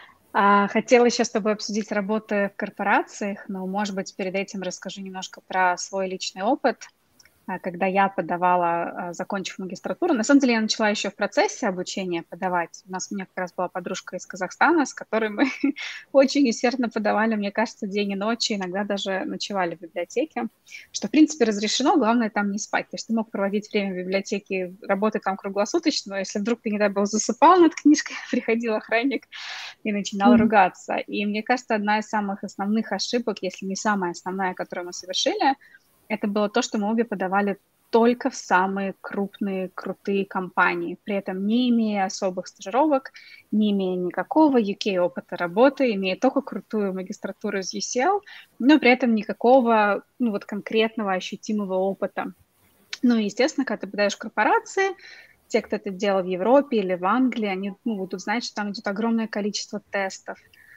А, хотела ещё с тобой обсудить работы в корпорациях, но, может быть, перед этим расскажу немножко про свой личный опыт. А, когда я подавала, а, закончив магистратуру на самом деле, я начала ещё в процессе обучения подавать. У нас у меня как раз была подружка из Казахстана, с которой мы очень усердно подавали, мне кажется, день и ночь, иногда даже ночевали в библиотеке, что, в принципе, разрешено, главное там не спать. То есть ты мог проводить время в библиотеке, работать там круглосуточно, но если вдруг ты, не дай бог, засыпал над книжкой, приходил охранник и начинал Мгм. ругаться. И мне кажется, одна из самых основных ошибок, если не самая основная, которую мы совершили, это было то, что мы обе подавали только в самые крупные, крутые компании, при этом не имея особых стажировок, не имея никакого ю кей опыта работы, имея тока крутую магистратуру из ю си эл, но при этом никакого, ну, вот конкретного ощутимого опыта. Ну и, естественно, когда ты подаешь в корпорации, те, кто это делал в Европе или в Англии, они, ну, будут знать, что там идет огромное количество тестов,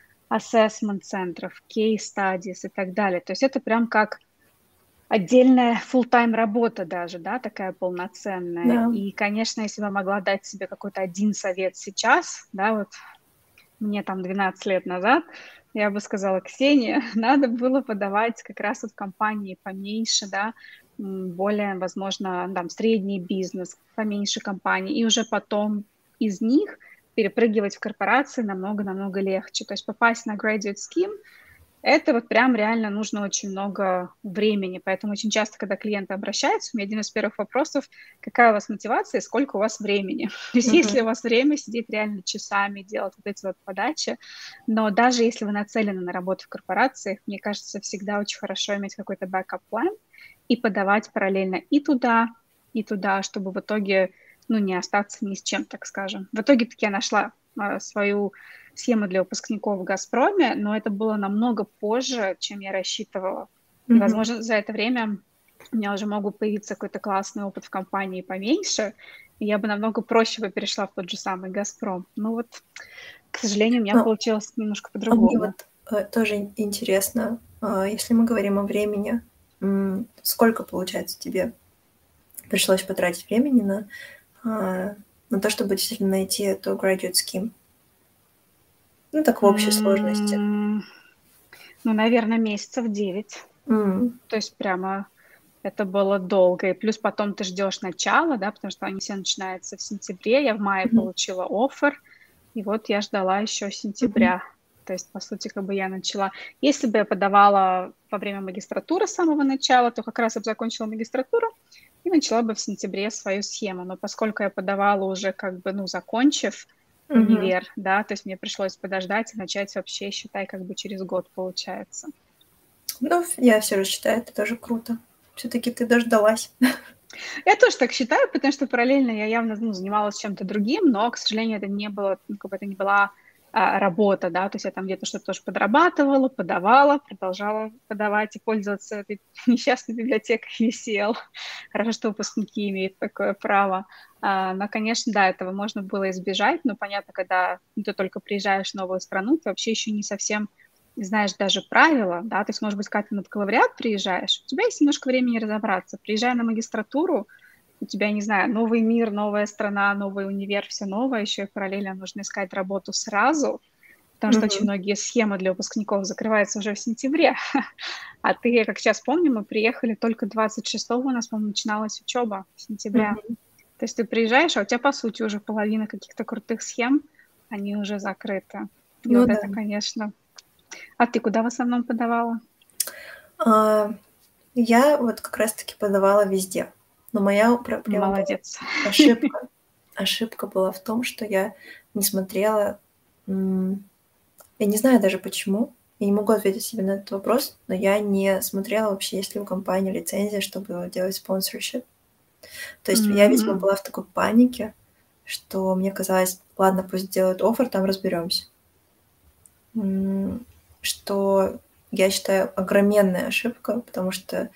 ассессмент-центров, кейс-стадис и так далее. То есть это прям как отдельная фулл-тайм работа даже, да, такая полноценная. Да. И, конечно, если бы я могла дать себе какой-то один совет сейчас, да, вот мне там двенадцать лет назад, я бы сказала: "Ксения, надо было подавать как раз вот в компании поменьше, да, м, более, возможно, там средний бизнес, поменьше компаний, и уже потом из них перепрыгивать в корпорации намного-намного легче". То есть попасть на graduate scheme- это вот прям реально нужно очень много времени. Поэтому очень часто, когда клиенты обращаются, у меня один из первых вопросов: "Какая у вас мотивация и сколько у вас времени?" То есть есть Мгм. ли у вас время сидеть реально часами, делать вот эти вот подачи? Но даже если вы нацелены на работу в корпорациях, мне кажется, всегда очень хорошо иметь какой-то бэкап-план и подавать параллельно и туда, и туда, чтобы в итоге, ну, не остаться ни с чем, так скажем. В итоге-таки я нашла, а, свою схему для выпускников в "Газпроме", но это было намного позже, чем я рассчитывала. И, Мгм. возможно, за это время у меня уже мог бы появиться какой-то классный опыт в компании поменьше, и я бы намного проще бы перешла в тот же самый "Газпром". Но вот, к сожалению, у меня Ну получилось немножко а мне по-другому. вот, э, тоже ин интересно, а, если мы говорим о времени, м, сколько, получается, тебе пришлось потратить времени на, а, на то, чтобы действительно найти эту graduate scheme? Ну, так в общей сложности. М, ну, наверно, месяцев девять. М. То есть прямо это было долго. И плюс потом ты ждёшь начала, да, потому что они все начинаются в сентябре. Я в мае Мгм. получила оффер, и вот я ждала ещё Мгм. сентября. То есть, по сути, как бы я начала Если бы я подавала во время магистратуры с самого начала, то как раз я б закончила магистратуру и начала бы в сентябре свою схему. Но поскольку я подавала уже как бы, ну, закончив Мгм. универ, да, то есть мне пришлось подождать и начать вообще, считай, как бы через год получается. Ну, ф я всё же считаю, это тоже круто. все-таки ты дождалась. Я тоже так считаю, потому что параллельно я явно ну, занималась чем-то другим, но, к сожалению, это не было, ну, как бы это не была а, работа, да, то есть я там где-то что-то тоже подрабатывала, подавала, продолжала подавать и пользоваться этой несчастной библиотекой и си эл. Хорошо, что выпускники имеют такое право. А, но, конечно, да, этого можно было избежать, но понятно, когда ты только приезжаешь в новую страну, ты вообще еще не совсем знаешь даже правила, да, то есть, может быть, когда ты на бакалавриат приезжаешь, у тебя есть немножко времени разобраться. Приезжая на магистратуру, у тебя, не знаю, новый мир, новая страна, новый универ, все новое, еще и параллельно нужно искать работу сразу, потому что очень Мгм. многие схемы для выпускников закрываются уже в сентябре. А ты, я как сейчас помню, мы приехали только двадцать шестого, у нас, по-моему, начиналась учеба сентября. Мгм. То есть ты приезжаешь, а у тебя, по сути, уже половина каких-то крутых схем, они уже закрыты. И Ну вот да. это, конечно. А ты куда в основном подавала? А, я вот как раз-таки подавала везде. Но моя проблема была, Молодец. ошибка. Ошибка была в том, что я не смотрела, м, я не знаю даже почему, я не могу ответить себе на этот вопрос, но я не смотрела вообще, есть ли у компании лицензия, чтобы делать sponsorship. То есть я, видимо, М. была в такой панике, что мне казалось, ладно, пусть делают оффер, там разберемся. М, Что я считаю огроменная ошибка, потому что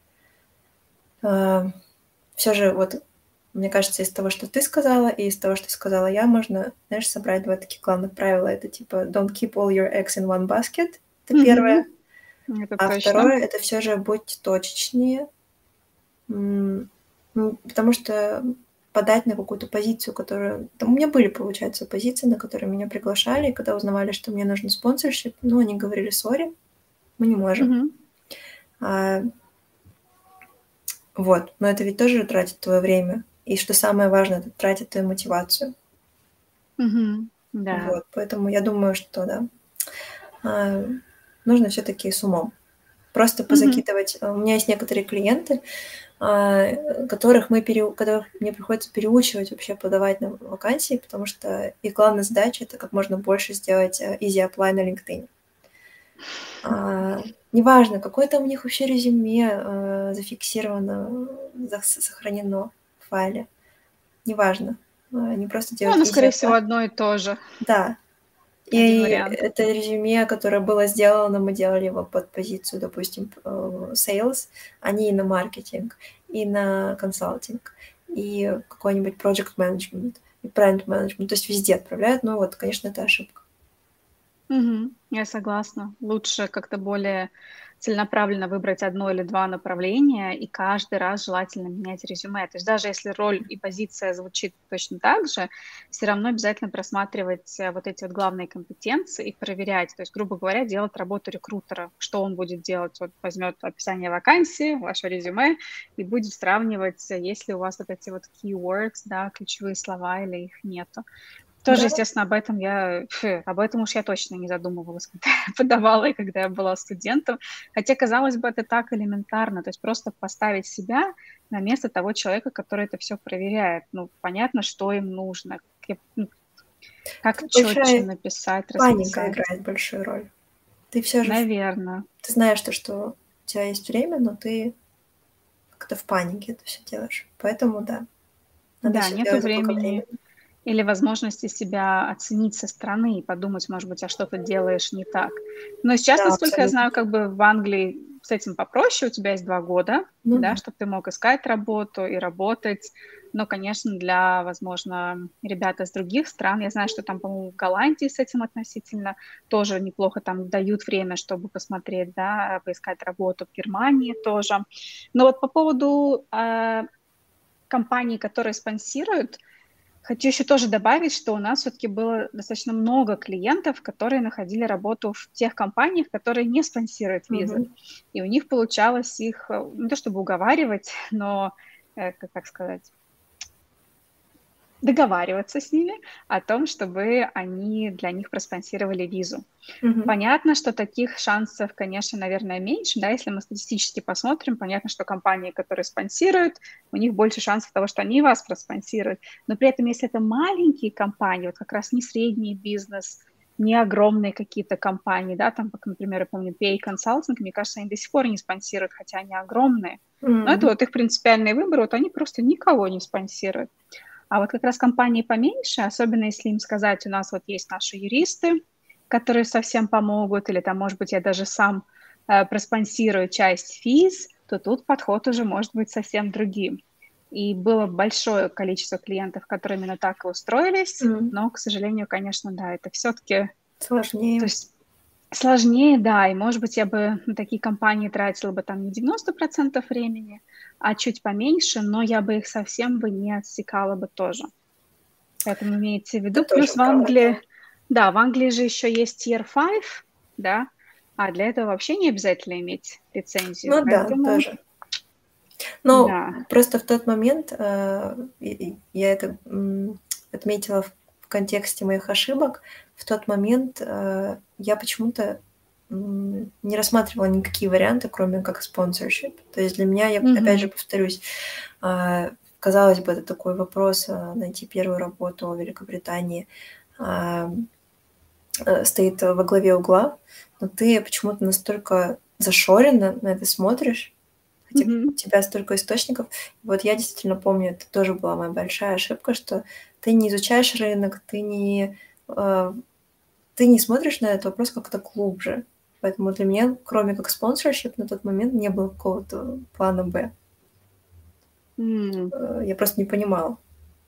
все же вот, мне кажется, из того, что ты сказала, и из того, что сказала я, можно, знаешь, собрать два таких главных правила. Это типа don't keep all your eggs in one basket. Это первое. Мгм. Это А точно. второе, это все же будь точечнее, м, м, потому что подать на какую-то позицию, которую... Там у меня были, получается, позиции, на которые меня приглашали, и когда узнавали, что мне нужен спонсоршип, ну, они говорили, сори, мы не можем. Мгм. А, вот, но это ведь тоже тратит твое время. И что самое важное, это тратит твою мотивацию. Мгм. Да. Вот, поэтому я думаю, что да, а, нужно все-таки с умом. Просто Мгм. позакидывать. У меня есть некоторые клиенты, а, которых мы пере... которых мне приходится переучивать вообще подавать на вакансии, потому что их главная задача это как можно больше сделать э, easy apply на LinkedIn. А, неважно, какое там у них вообще резюме э, зафиксировано, за- сохранено в файле. Неважно. А, Они просто Ну, делают оно, easy скорее apply. всего, одно и то же. Да, Один и вариант. это резюме, которое было сделано, мы делали его под позицию, допустим, э, sales, а не и на маркетинг, и на консалтинг, и какой-нибудь project management, и brand management, то есть везде отправляют, но вот, конечно, это ошибка. Мгм. Я согласна. Лучше как-то более целенаправленно выбрать одно или два направления и каждый раз желательно менять резюме. То есть даже если роль и позиция звучит точно так же, все равно обязательно просматривать э, вот эти вот главные компетенции и проверять. То есть, грубо говоря, делать работу рекрутера. Что он будет делать? Вот возьмет описание вакансии, ваше резюме и будет сравнивать, э, есть ли у вас вот эти вот keywords, да, ключевые слова или их нету. Тоже, Да, естественно, об этом я фу, об этом уж я точно не задумывалась, когда я подавала и когда я была студентом. Хотя, казалось бы, это так элементарно. То есть просто поставить себя на место того человека, который это все проверяет. Ну, понятно, что им нужно, как, ну, как тут четче большая написать, паника расписать. играет большую роль. Ты все же, Наверное. ты знаешь, то, что у тебя есть время, но ты как-то в панике это все делаешь. Поэтому, да, надо Да, все нету делать времени заблаговременно. или возможности себя оценить со стороны и подумать, может быть, а что ты делаешь не так. Но сейчас, Да, насколько я абсолютно. знаю, как бы в Англии с этим попроще, у тебя есть два года, Ну да, да. чтобы ты мог искать работу и работать. Но, конечно, для, возможно, ребят из других стран, я знаю, что там, по-моему, в Голландии с этим относительно тоже неплохо там дают время, чтобы посмотреть, да, поискать работу в Германии тоже. Но вот по поводу э, компаний, которые спонсируют, хочу еще тоже добавить, что у нас все-таки было достаточно много клиентов, которые находили работу в тех компаниях, которые не спонсируют визы. Мгм. И у них получалось их, э, не то чтобы уговаривать, но, э, как, как сказать, договариваться с ними о том, чтобы они для них проспонсировали визу. Мгм. Понятно, что таких шансов, конечно, наверное, меньше, да, если мы статистически посмотрим, понятно, что компании, которые спонсируют, у них больше шансов того, что они вас проспонсируют, но при этом, если это маленькие компании, вот как раз не средний бизнес, не огромные какие-то компании, да, там, как, например, я помню, пи эй Consulting, мне кажется, они до сих пор не спонсируют, хотя они огромные. Но это М. вот их принципиальный выбор, вот они просто никого не спонсируют. А вот как раз компании поменьше, особенно если им сказать, у нас вот есть наши юристы, которые совсем помогут, или там, может быть, я даже сам э, проспонсирую часть физ, то тут подход уже может быть совсем другим. И было большое количество клиентов, которые именно так и устроились, М. но, к сожалению, конечно, да, это все-таки, то Сложнее. есть сложнее, да, и, может быть, я бы на такие компании тратила бы там не девяносто процентов времени, а чуть поменьше, но я бы их совсем бы не отсекала бы тоже. Поэтому имейте в Это виду. тоже Плюс в правда. Англии, да, в Англии же еще есть Tier пять, да, а для этого вообще не обязательно иметь лицензию. Ну да, Поэтому, тоже. Но да. просто в тот момент, э, и и я это, м, отметила в в контексте моих ошибок. В тот момент, э, я почему-то, м, не рассматривала никакие варианты, кроме как sponsorship. То есть для меня, я опять же Мгм. повторюсь, а, казалось бы, это такой вопрос, а, найти первую работу в Великобритании, ам, э, стоит во главе угла, но ты почему-то настолько зашоренно на это смотришь, хотя у Мгм. тебя столько источников. Вот я действительно помню, это тоже была моя большая ошибка, что ты не изучаешь рынок, ты не, э, ты не смотришь на этот вопрос как-то глубже. Поэтому для меня, кроме как sponsorship, на тот момент не было какого-то плана Б. М. Э, я просто не понимала.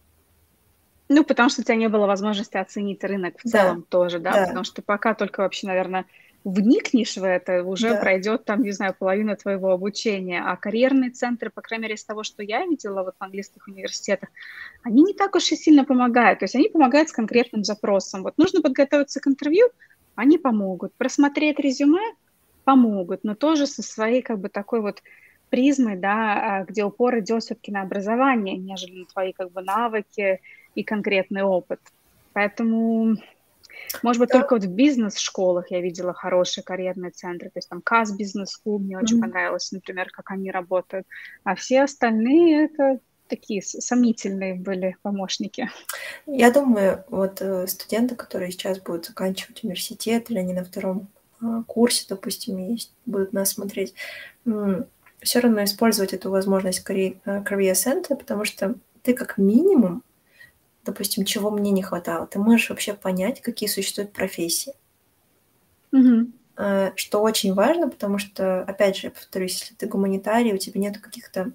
Ну, потому что у тебя не было возможности оценить рынок в Да, целом тоже, да, да, потому что пока только вообще, наверное, вникнешь в это, уже да. пройдет там, не знаю, половина твоего обучения. А карьерные центры, по крайней мере, из того, что я видела вот в английских университетах, они не так уж и сильно помогают. То есть они помогают с конкретным запросом. Вот нужно подготовиться к интервью, они помогут. Просмотреть резюме помогут, но тоже со своей как бы такой вот призмой, да, а, где упор идет все-таки на образование, нежели на твои как бы навыки и конкретный опыт. Поэтому, может быть, Да. только вот в бизнес-школах я видела хорошие карьерные центры. То есть там Каз Бизнес School мне очень Мгм. понравилось, например, как они работают. А все остальные это такие с- сомнительные были помощники. Я думаю, вот, э, студенты, которые сейчас будут заканчивать университет или они на втором а, курсе, допустим, есть, будут нас смотреть, все равно использовать эту возможность карье э, career center, потому что ты как минимум, допустим, чего мне не хватало, ты можешь вообще понять, какие существуют профессии. Мгм. Э, что очень важно, потому что, опять же, повторюсь, если ты гуманитарий, у тебя нету каких-то,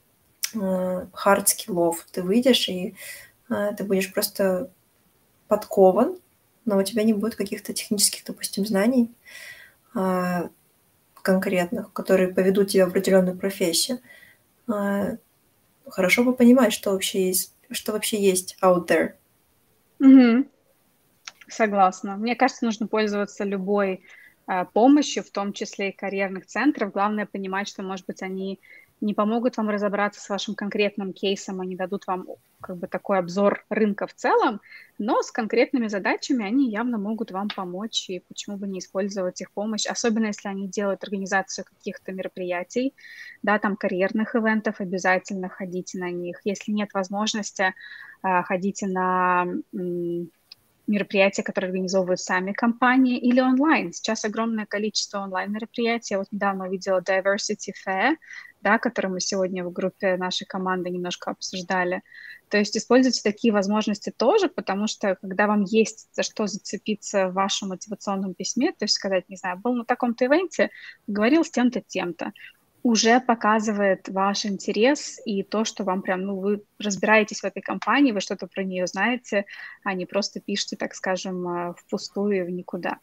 э, хард-скиллов, ты выйдешь и, э, ты будешь просто подкован, но у тебя не будет каких-то технических, допустим, знаний, а, конкретных, которые поведут тебя в определенную профессию. А, хорошо бы понимать, что вообще есть что вообще есть out there. Мгм. Согласна. Мне кажется, нужно пользоваться любой а, помощью, в том числе и карьерных центров. Главное понимать, что, может быть, они не помогут вам разобраться с вашим конкретным кейсом, они дадут вам как бы такой обзор рынка в целом, но с конкретными задачами они явно могут вам помочь, и почему бы не использовать их помощь, особенно если они делают организацию каких-то мероприятий, да, там карьерных ивентов, обязательно ходите на них. Если нет возможности, а, ходите на м, мероприятия, которые организовывают сами компании, или онлайн. Сейчас огромное количество онлайн-мероприятий. Я вот недавно увидела Diversity Fair, да, который мы сегодня в группе нашей команды немножко обсуждали. То есть используйте такие возможности тоже, потому что когда вам есть за что зацепиться в вашем мотивационном письме, то есть сказать, не знаю, был на таком-то ивенте, говорил с тем-то, тем-то, уже показывает ваш интерес и то, что вам прям, ну, вы разбираетесь в этой компании, вы что-то про нее знаете, а не просто пишете, так скажем, а, впустую и в никуда.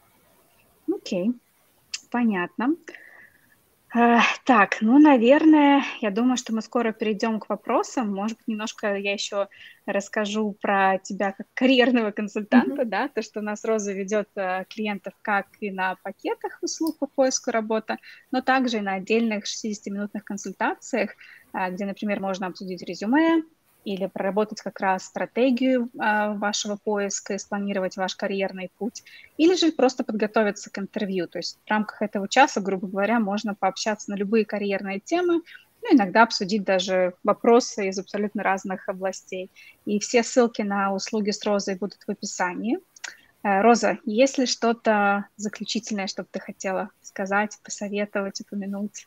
Окей, понятно. А, Так, ну, наверное, я думаю, что мы скоро перейдем к вопросам. Может быть, немножко я еще расскажу про тебя как карьерного Мгм. консультанта, да, то, что у нас Роза ведет а, клиентов как и на пакетах услуг по поиску работы, но также и на отдельных шестидесятиминутных консультациях, а, где, например, можно обсудить резюме или проработать как раз стратегию а, вашего поиска и спланировать ваш карьерный путь. Или же просто подготовиться к интервью. То есть в рамках этого часа, грубо говоря, можно пообщаться на любые карьерные темы, ну, иногда обсудить даже вопросы из абсолютно разных областей. И все ссылки на услуги с Розой будут в описании. Роза, есть ли что-то заключительное, что бы ты хотела сказать, посоветовать, упомянуть?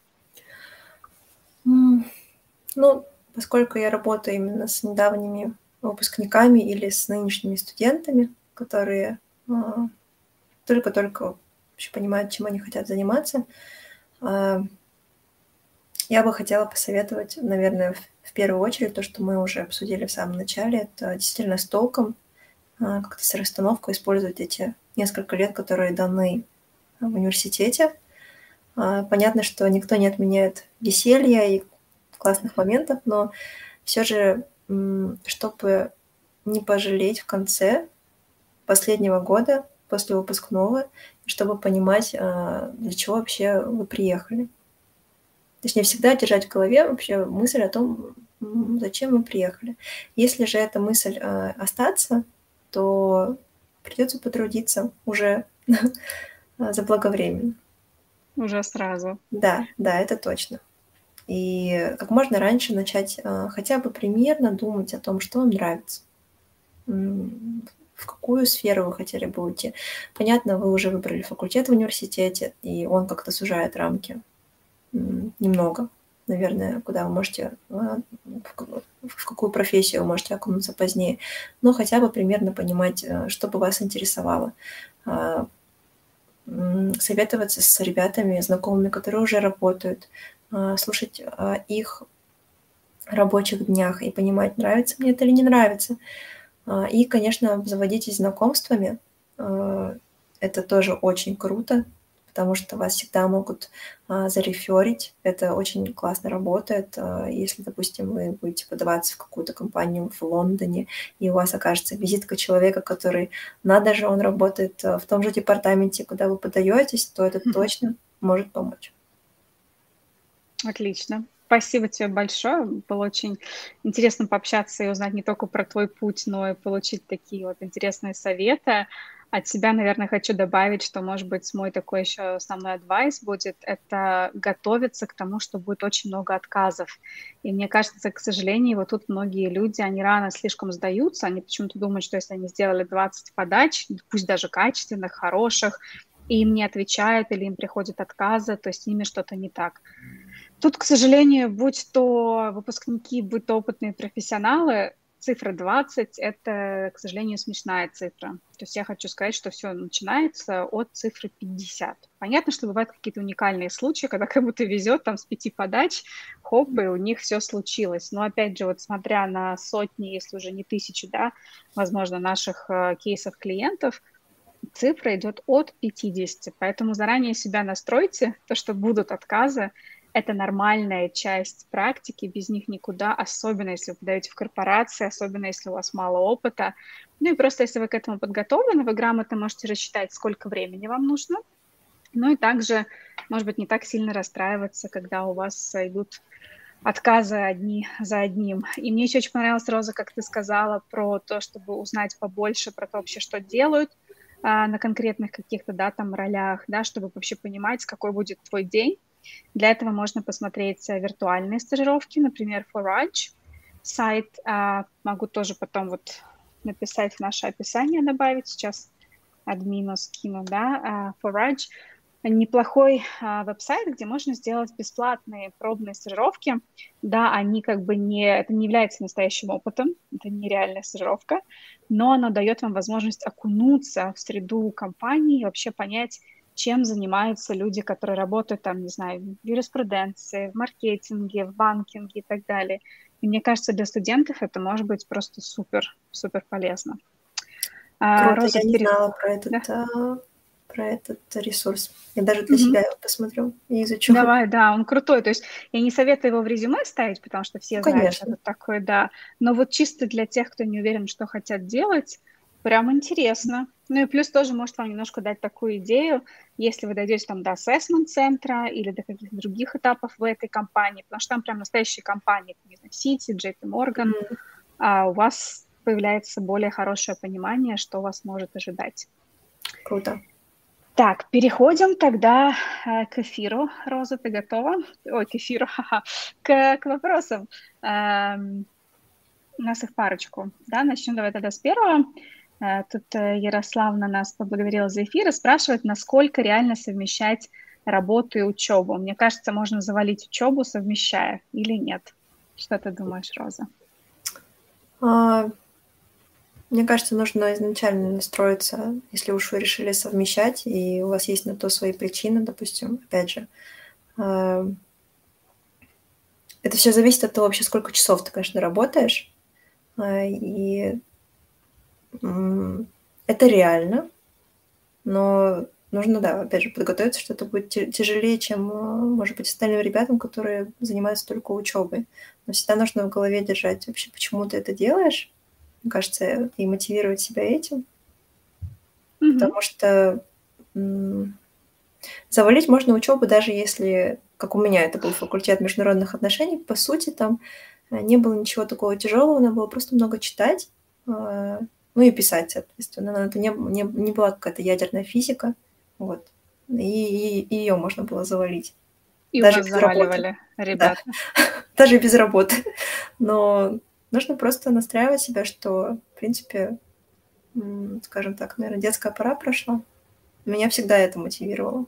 Ну, поскольку я работаю именно с недавними выпускниками или с нынешними студентами, которые а, только-только вообще понимают, чем они хотят заниматься, а, я бы хотела посоветовать, наверное, в, в первую очередь то, что мы уже обсудили в самом начале, это действительно с толком, а, как-то с расстановкой использовать эти несколько лет, которые даны в университете. А, понятно, что никто не отменяет веселья и классных моментов, но все же, чтобы не пожалеть в конце последнего года после выпускного, чтобы понимать, а, для чего вообще вы приехали. Точнее, всегда держать в голове вообще мысль о том, зачем вы приехали. Если же эта мысль а, остаться, то придется потрудиться уже заблаговременно. Уже сразу. Да, да, это точно. И как можно раньше начать а, хотя бы примерно думать о том, что вам нравится, в какую сферу вы хотели бы уйти. Понятно, вы уже выбрали факультет в университете, и он как-то сужает рамки немного, наверное, куда вы можете, а, в какую профессию вы можете окунуться позднее, но хотя бы примерно понимать, а, что бы вас интересовало. А, советоваться с ребятами, знакомыми, которые уже работают, слушать о их рабочих днях и понимать, нравится мне это или не нравится. И, конечно, обзаводитесь знакомствами. Это тоже очень круто, потому что вас всегда могут зареферить. Это очень классно работает. Если, допустим, вы будете подаваться в какую-то компанию в Лондоне, и у вас окажется визитка человека, который, надо же, он работает в том же департаменте, куда вы подаетесь, то это точно может помочь. Отлично. Спасибо тебе большое. Было очень интересно пообщаться и узнать не только про твой путь, но и получить такие вот интересные советы. От себя, наверное, хочу добавить, что, может быть, мой такой еще основной адвайс будет, это готовиться к тому, что будет очень много отказов. И мне кажется, к сожалению, вот тут многие люди, они рано слишком сдаются, они почему-то думают, что если они сделали двадцать подач, пусть даже качественных, хороших, и им не отвечают или им приходят отказы, то с ними что-то не так. Тут, к сожалению, будь то выпускники, будь то опытные профессионалы, цифра двадцать – это, к сожалению, смешная цифра. То есть я хочу сказать, что все начинается от цифры пятьдесят. Понятно, что бывают какие-то уникальные случаи, когда кому-то везет там с пяти подач, хоп, и у них все случилось. Но опять же, вот смотря на сотни, если уже не тысячи, да, возможно, наших э, кейсов клиентов, цифра идет от пятидесяти. Поэтому заранее себя настройте, то, что будут отказы. Это нормальная часть практики, без них никуда, особенно если вы подаете в корпорации, особенно если у вас мало опыта. Ну и просто если вы к этому подготовлены, вы грамотно можете рассчитать, сколько времени вам нужно. Ну и также, может быть, не так сильно расстраиваться, когда у вас идут отказы одни за одним. И мне еще очень понравилось, Роза, как ты сказала про то, чтобы узнать побольше про то вообще, что делают а, на конкретных каких-то, да, там ролях, да, чтобы вообще понимать, какой будет твой день. Для этого можно посмотреть виртуальные стажировки, например, Forage. Сайт а, могу тоже потом вот написать в наше описание, добавить. Сейчас админу скину, да, а, Forage. Неплохой а, веб-сайт, где можно сделать бесплатные пробные стажировки. Да, они как бы не... Это не является настоящим опытом, это не реальная стажировка, но оно дает вам возможность окунуться в среду компании и вообще понять, чем занимаются люди, которые работают там, не знаю, в юриспруденции, в маркетинге, в банкинге и так далее. И мне кажется, для студентов это может быть просто супер, супер полезно. А, Круто, Роза, я не пере... знала про этот, да? а, про этот ресурс. Я даже для Мгм. себя его посмотрю и изучу. Давай, да, он крутой. То есть я не советую его в резюме ставить, потому что Ну, все знают, что конечно. это такое, да. Но вот чисто для тех, кто не уверен, что хотят делать, прям интересно. Ну и плюс тоже может вам немножко дать такую идею, если вы дойдете там до ассессмент-центра или до каких-то других этапов в этой компании, потому что там прям настоящие компании, не знаю, Citi, джей пи Morgan, М, а у вас появляется более хорошее понимание, что вас может ожидать. Круто. Так, переходим тогда э, к эфиру. Роза, ты готова? Ой, к эфиру, ха-ха. К, к вопросам. Эм, у нас их парочку. Да? Начнем давай тогда с первого. Э, Тут э, Ярославна нас поблагодарила за эфир и спрашивает, насколько реально совмещать работу и учебу. Мне кажется, можно завалить учебу, совмещая, или нет? Что ты думаешь, Роза? А, Мне кажется, нужно изначально настроиться, если уж вы решили совмещать, и у вас есть на то свои причины, допустим, опять же. а, Это все зависит от того вообще, сколько часов ты, конечно, работаешь. а, И м, это реально, но нужно, да, опять же, подготовиться, что это будет ти- тяжелее, чем, а, может быть, остальным ребятам, которые занимаются только учебой. Но всегда нужно в голове держать вообще, почему ты это делаешь, мне кажется, и мотивировать себя этим, Мгм. потому что м, завалить можно учебу, даже если, как у меня, это был факультет международных отношений, по сути, там э, не было ничего такого тяжелого, надо было просто много читать, а, ну и писать, соответственно. Но это не, не, не была какая-то ядерная физика, вот. И, ее можно было завалить, И у даже вас без работы, заваливали, да, ребята. даже без работы. Но нужно просто настраивать себя, что, в принципе, м, скажем так, наверное, детская пора прошла. Меня всегда это мотивировало.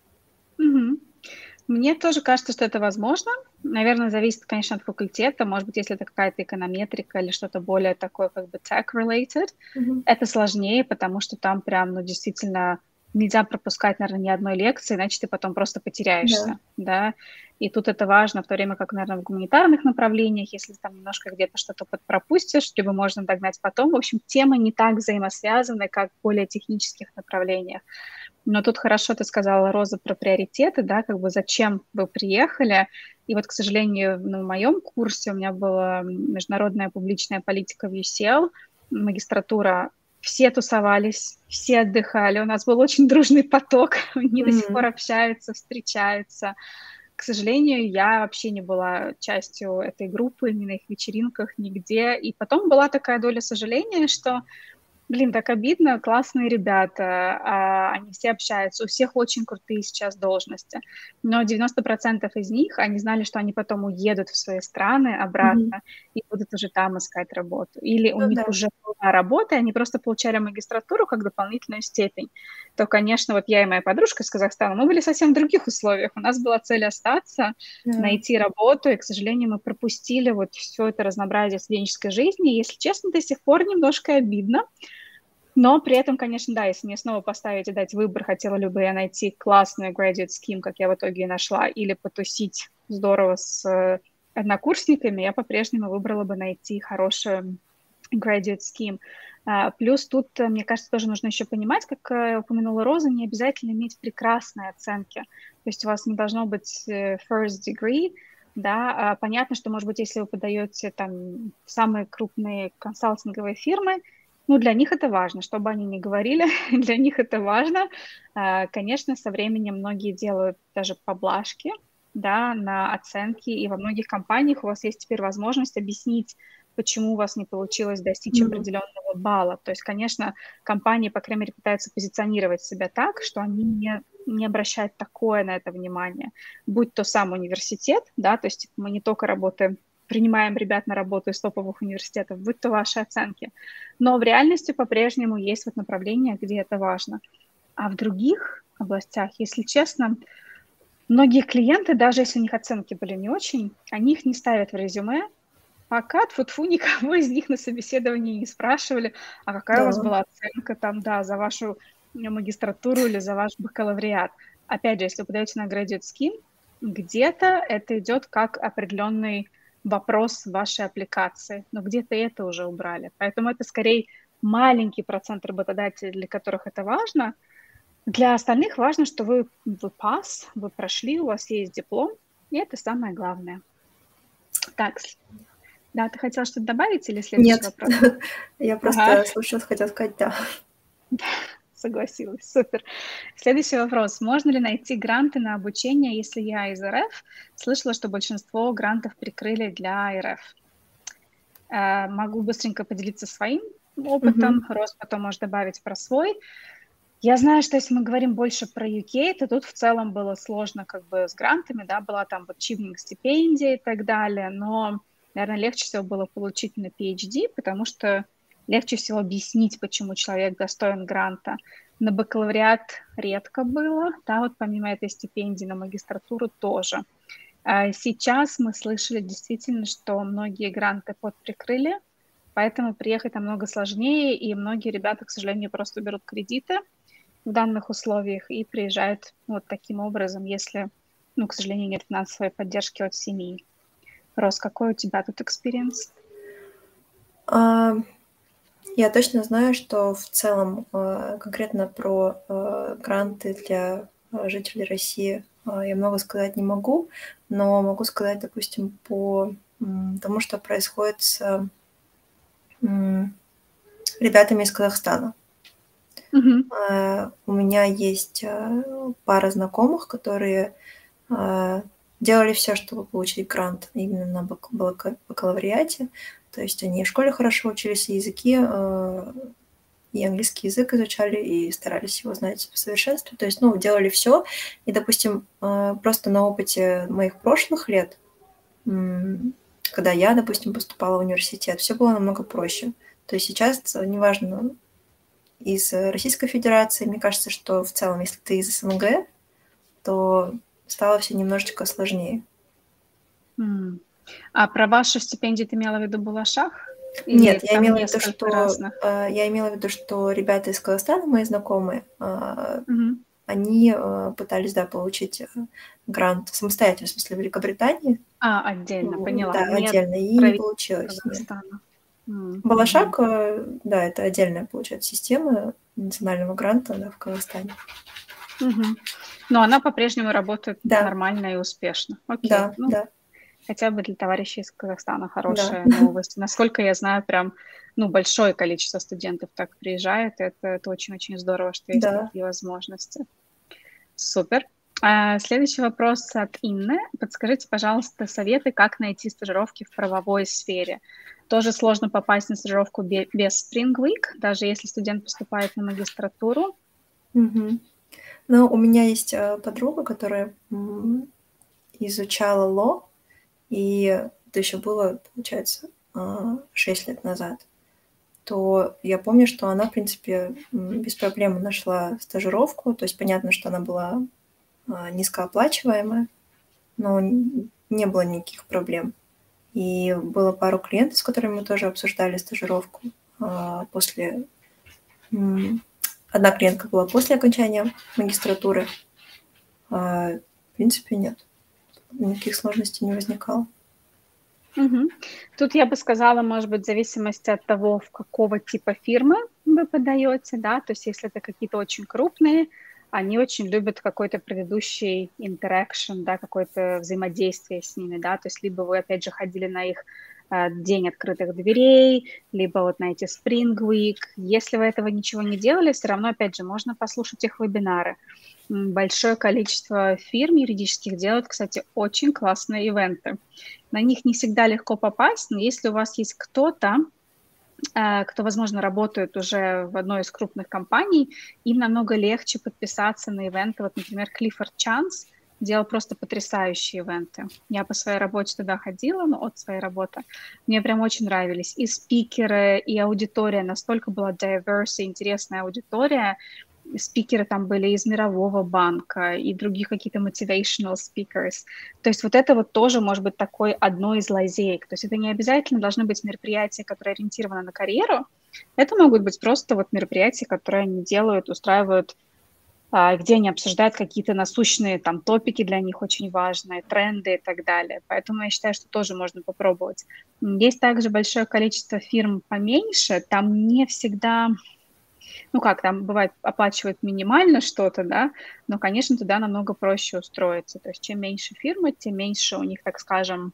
Мгм. Мне тоже кажется, что это возможно. Наверное, зависит, конечно, от факультета. Может быть, если это какая-то эконометрика или что-то более такое, как бы tech-related, Мгм. это сложнее, потому что там прям, ну, действительно нельзя пропускать, наверное, ни одной лекции, иначе ты потом просто Да. потеряешься, да. И тут это важно, в то время как, наверное, в гуманитарных направлениях, если ты там немножко где-то что-то под- пропустишь, либо можно догнать потом. В общем, темы не так взаимосвязаны, как в более технических направлениях. Но тут хорошо ты сказала, Роза, про приоритеты, да, как бы зачем вы приехали. И вот, к сожалению, на моем курсе у меня была международная публичная политика в ю си эл, магистратура. Все тусовались, все отдыхали. У нас был очень дружный поток. Они до сих пор М. общаются, встречаются. К сожалению, я вообще не была частью этой группы, ни на их вечеринках, нигде. И потом была такая доля сожаления, что блин, так обидно, классные ребята, а, они все общаются, у всех очень крутые сейчас должности, но девяносто процентов из них, они знали, что они потом уедут в свои страны Мгм. обратно и будут уже там искать работу. Или у Ну да. них уже была работа, и они просто получали магистратуру как дополнительную степень. То, конечно, вот я и моя подружка из Казахстана, мы были совсем в других условиях. У нас была цель остаться, Да. найти работу, и, к сожалению, мы пропустили вот все это разнообразие студенческой жизни. И, если честно, до сих пор немножко обидно, но при этом, конечно, да, если мне снова поставить и дать выбор, хотела ли бы я найти классную graduate scheme, как я в итоге и нашла, или потусить здорово с э, однокурсниками, я по-прежнему выбрала бы найти хорошую graduate scheme. А, плюс тут, э, мне кажется, тоже нужно еще понимать, как э, упомянула Роза, не обязательно иметь прекрасные оценки. То есть у вас не должно быть э, first degree, да, а понятно, что, может быть, если вы подаете там в самые крупные консалтинговые фирмы, ну, для них это важно, что бы они ни говорили, для них это важно. А, Конечно, со временем многие делают даже поблажки, да, на оценки, и во многих компаниях у вас есть теперь возможность объяснить, почему у вас не получилось достичь М. определенного балла. То есть, конечно, компании, по крайней мере, пытаются позиционировать себя так, что они не, не обращают такое на это внимание. Будь то сам университет, да, то есть типа, мы не только работаем, принимаем ребят на работу из топовых университетов, будь то ваши оценки. Но в реальности по-прежнему есть вот направления, где это важно. А в других областях, если честно, многие клиенты, даже если у них оценки были не очень, они их не ставят в резюме, пока, тьфу-тьфу, никого из них на собеседовании не спрашивали, а какая у Да. вас была оценка там, да, за вашу магистратуру или за ваш бакалавриат. Опять же, если вы подаете на Graduate Scheme, где-то это идет как определенный вопрос в вашей аппликации, но где-то это уже убрали. Поэтому это скорее маленький процент работодателей, для которых это важно. Для остальных важно, что вы, вы пас, вы прошли, у вас есть диплом, и это самое главное. Так, да, ты хотела что-то добавить или следующий Нет, вопрос? я Ага, просто слушала, хотела сказать да. согласилась, супер. Следующий вопрос. Можно ли найти гранты на обучение, если я из эр эф? Слышала, что большинство грантов прикрыли для эр эф. Э, Могу быстренько поделиться своим Мгм. опытом. Рос потом может добавить про свой. Я знаю, что если мы говорим больше про ю кей, то тут в целом было сложно как бы с грантами, да, была там вот Чивнинг стипендия и так далее, но, наверное, легче всего было получить на пи эйч ди, потому что легче всего объяснить, почему человек достоин гранта. На бакалавриат редко было, да, вот помимо этой стипендии на магистратуру тоже. А сейчас мы слышали действительно, что многие гранты подприкрыли, поэтому приехать намного сложнее, и многие ребята, к сожалению, просто берут кредиты в данных условиях и приезжают вот таким образом, если, ну, к сожалению, нет финансовой поддержки от семьи. Рос, какой у тебя тут экспириенс? А, Я точно знаю, что в целом э, конкретно про э, гранты для э, жителей России э, я много сказать не могу, но могу сказать, допустим, по м, тому, что происходит с м, ребятами из Казахстана. Мгм. Э, У меня есть э, пара знакомых, которые э, делали все, чтобы получить грант именно на бак- бака- бакалавриате. То есть они в школе хорошо учились, и языки, э, и английский язык изучали, и старались его знать в совершенстве. То есть, ну, делали все. И, допустим, э, просто на опыте моих прошлых лет, м, когда я, допустим, поступала в университет, все было намного проще. То есть сейчас, э, неважно, из Российской Федерации, мне кажется, что в целом, если ты из СНГ, то стало все немножечко сложнее. М. А про вашу стипендию ты имела в виду Балашах? Нет, Или я там имела в виду, несколько что разных? э, я имела в виду, что ребята из Казахстана, мои знакомые, э, Мгм. они э, пытались, да, получить э, грант самостоятельно, в смысле, в Великобритании, А, отдельно, м, поняла. да, Не от отдельно, и не правительства получилось, нет. Казахстана. М, мгм. Балашак, э, да, это отдельная, получается, система национального гранта, да, в Казахстане. Мгм. Но она по-прежнему работает Да, нормально и успешно. Окей. да, Ну, да, хотя бы для товарищей из Казахстана да. хорошая новость. Насколько я знаю, прям, ну, большое количество студентов так приезжает. Это, это очень-очень здорово, что есть Да. такие возможности. Супер. А, следующий вопрос от Инны. Подскажите, пожалуйста, советы, как найти стажировки в правовой сфере. Тоже сложно попасть на стажировку бе- без Spring Week, даже если студент поступает на магистратуру. Мгм. Ну, у меня есть э, подруга, которая м, изучала ло, и это еще было, получается, а, шесть лет назад. То я помню, что она, в принципе, м, без проблем нашла стажировку. То есть понятно, что она была а, низкооплачиваемая, но н- не было никаких проблем. И было пару клиентов, с которыми мы тоже обсуждали стажировку а, после... м, Одна клиентка была после окончания магистратуры. А, в принципе, нет. Никаких сложностей не возникало. Мгм. Тут я бы сказала, может быть, в зависимости от того, в какого типа фирмы вы подаете, да, то есть если это какие-то очень крупные, они очень любят какой-то предыдущий interaction, да, какое-то взаимодействие с ними, да, то есть либо вы, опять же, ходили на их э, день открытых дверей, либо вот на эти Spring Week. Если вы этого ничего не делали, все равно, опять же, можно послушать их вебинары. М, Большое количество фирм юридических делают, кстати, очень классные ивенты. На них не всегда легко попасть, но если у вас есть кто-то, э, кто, возможно, работает уже в одной из крупных компаний, им намного легче подписаться на ивенты. Вот, например, Клиффорд Чанс делал просто потрясающие ивенты. Я по своей работе туда ходила, но от своей работы. Мне прям очень нравились. И спикеры, и аудитория. Настолько была diverse и интересная аудитория. Спикеры там были из Мирового банка и других какие-то motivational speakers. То есть вот это вот тоже может быть такой одной из лазеек. То есть это не обязательно должны быть мероприятия, которые ориентированы на карьеру. Это могут быть просто вот мероприятия, которые они делают, устраивают, а, где они обсуждают какие-то насущные там топики для них очень важные, тренды и так далее. Поэтому я считаю, что тоже можно попробовать. М, Есть также большое количество фирм поменьше, там не всегда, ну как, там бывает оплачивают минимально что-то, да, но, конечно, туда намного проще устроиться. То есть чем меньше фирмы, тем меньше у них, так скажем,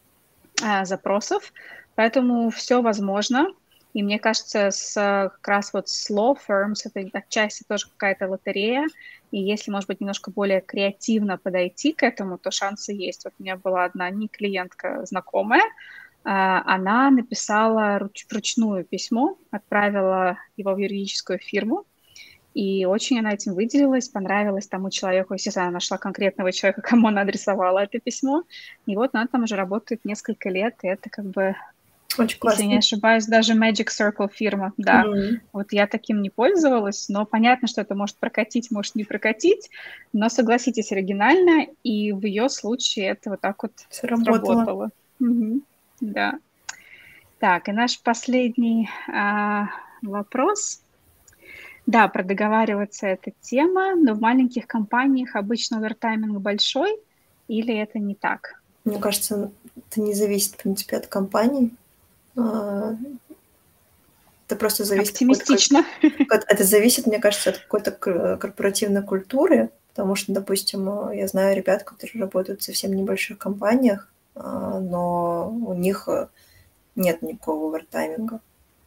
э, запросов. Поэтому все возможно. И мне кажется, с э, как раз вот с law firms это отчасти тоже какая-то лотерея. И если, может быть, немножко более креативно подойти к этому, то шансы есть. Вот у меня была одна не клиентка знакомая, а, она написала руч- вручную письмо, отправила его в юридическую фирму, и очень она этим выделилась, понравилась тому человеку. Естественно, она нашла конкретного человека, кому она адресовала это письмо. И вот она там уже работает несколько лет, и это как бы Очень Если не классно. ошибаюсь, даже Magic Circle фирма, да. Мгм. Вот я таким не пользовалась, но понятно, что это может прокатить, может не прокатить, но согласитесь, оригинально, и в ее случае это вот так вот Сработало. сработало. Мгм. Да. Так, и наш последний а, вопрос. Да, про договариваться эта тема, но в маленьких компаниях обычно овертайминг большой, или это не так? Мне кажется, это не зависит, в принципе, от компании. А, Это просто зависит от какой-то... кор- Оптимистично. как- Это зависит, мне кажется, от какой-то кор- корпоративной культуры, потому что, допустим, э, я знаю ребят, которые работают в совсем небольших компаниях, а, но у них э, нет никакого овертайминга.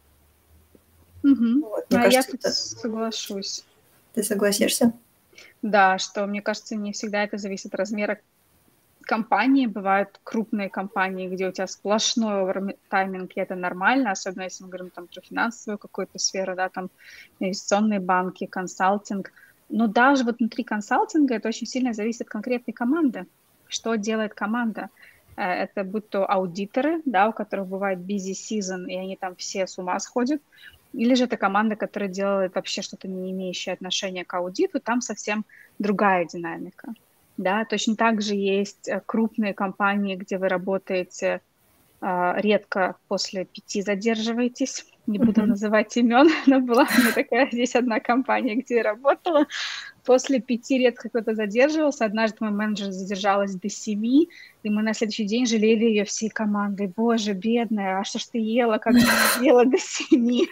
Мгм. Вот, мне А я кажется, тут это... соглашусь. Ты согласишься? Да, что, мне кажется, не всегда это зависит от размера компании. Бывают крупные компании, где у тебя сплошной овертайминг, и это нормально, особенно если мы говорим там про финансовую какую-то сферу, да, там инвестиционные банки, консалтинг. Но даже вот внутри консалтинга это очень сильно зависит от конкретной команды. Что делает команда? Э, Это будь то аудиторы, да, у которых бывает busy season, и они там все с ума сходят, или же это команда, которая делает вообще что-то не имеющее отношения к аудиту, там совсем другая динамика. Да, точно так же есть э, крупные компании, где вы работаете а, редко после пяти задерживаетесь. Не буду Мгм. называть имен, но была у меня такая здесь одна компания, где я работала. После пяти редко кто-то задерживался. Однажды мой менеджер задержалась до семи, и мы на следующий день жалели ее всей командой. Боже, бедная, а что ж ты ела, как же не сделала до семи?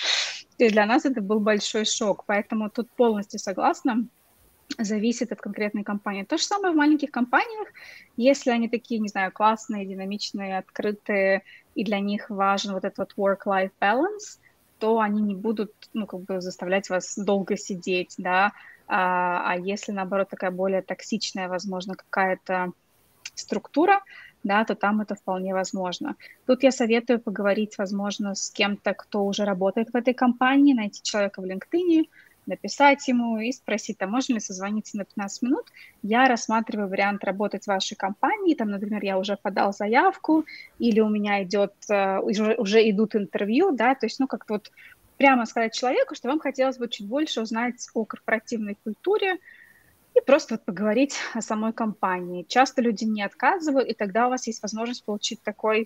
То есть для нас это был большой шок. Поэтому тут полностью согласна, зависит от конкретной компании. То же самое в маленьких компаниях. Если они такие, не знаю, классные, динамичные, открытые, и для них важен вот этот вот work-life balance, то они не будут, ну, как бы заставлять вас долго сидеть, да. А, а если, наоборот, такая более токсичная, возможно, какая-то структура, да, то там это вполне возможно. Тут я советую поговорить, возможно, с кем-то, кто уже работает в этой компании, найти человека в LinkedIn, написать ему и спросить, а можно ли созвониться на пятнадцать минут. Я рассматриваю вариант работать в вашей компании, там, например, я уже подал заявку, или у меня идет, э, уже, уже идут интервью, да, то есть, ну, как-то вот прямо сказать человеку, что вам хотелось бы чуть больше узнать о корпоративной культуре, и просто вот поговорить о самой компании. Часто люди не отказывают, и тогда у вас есть возможность получить такой,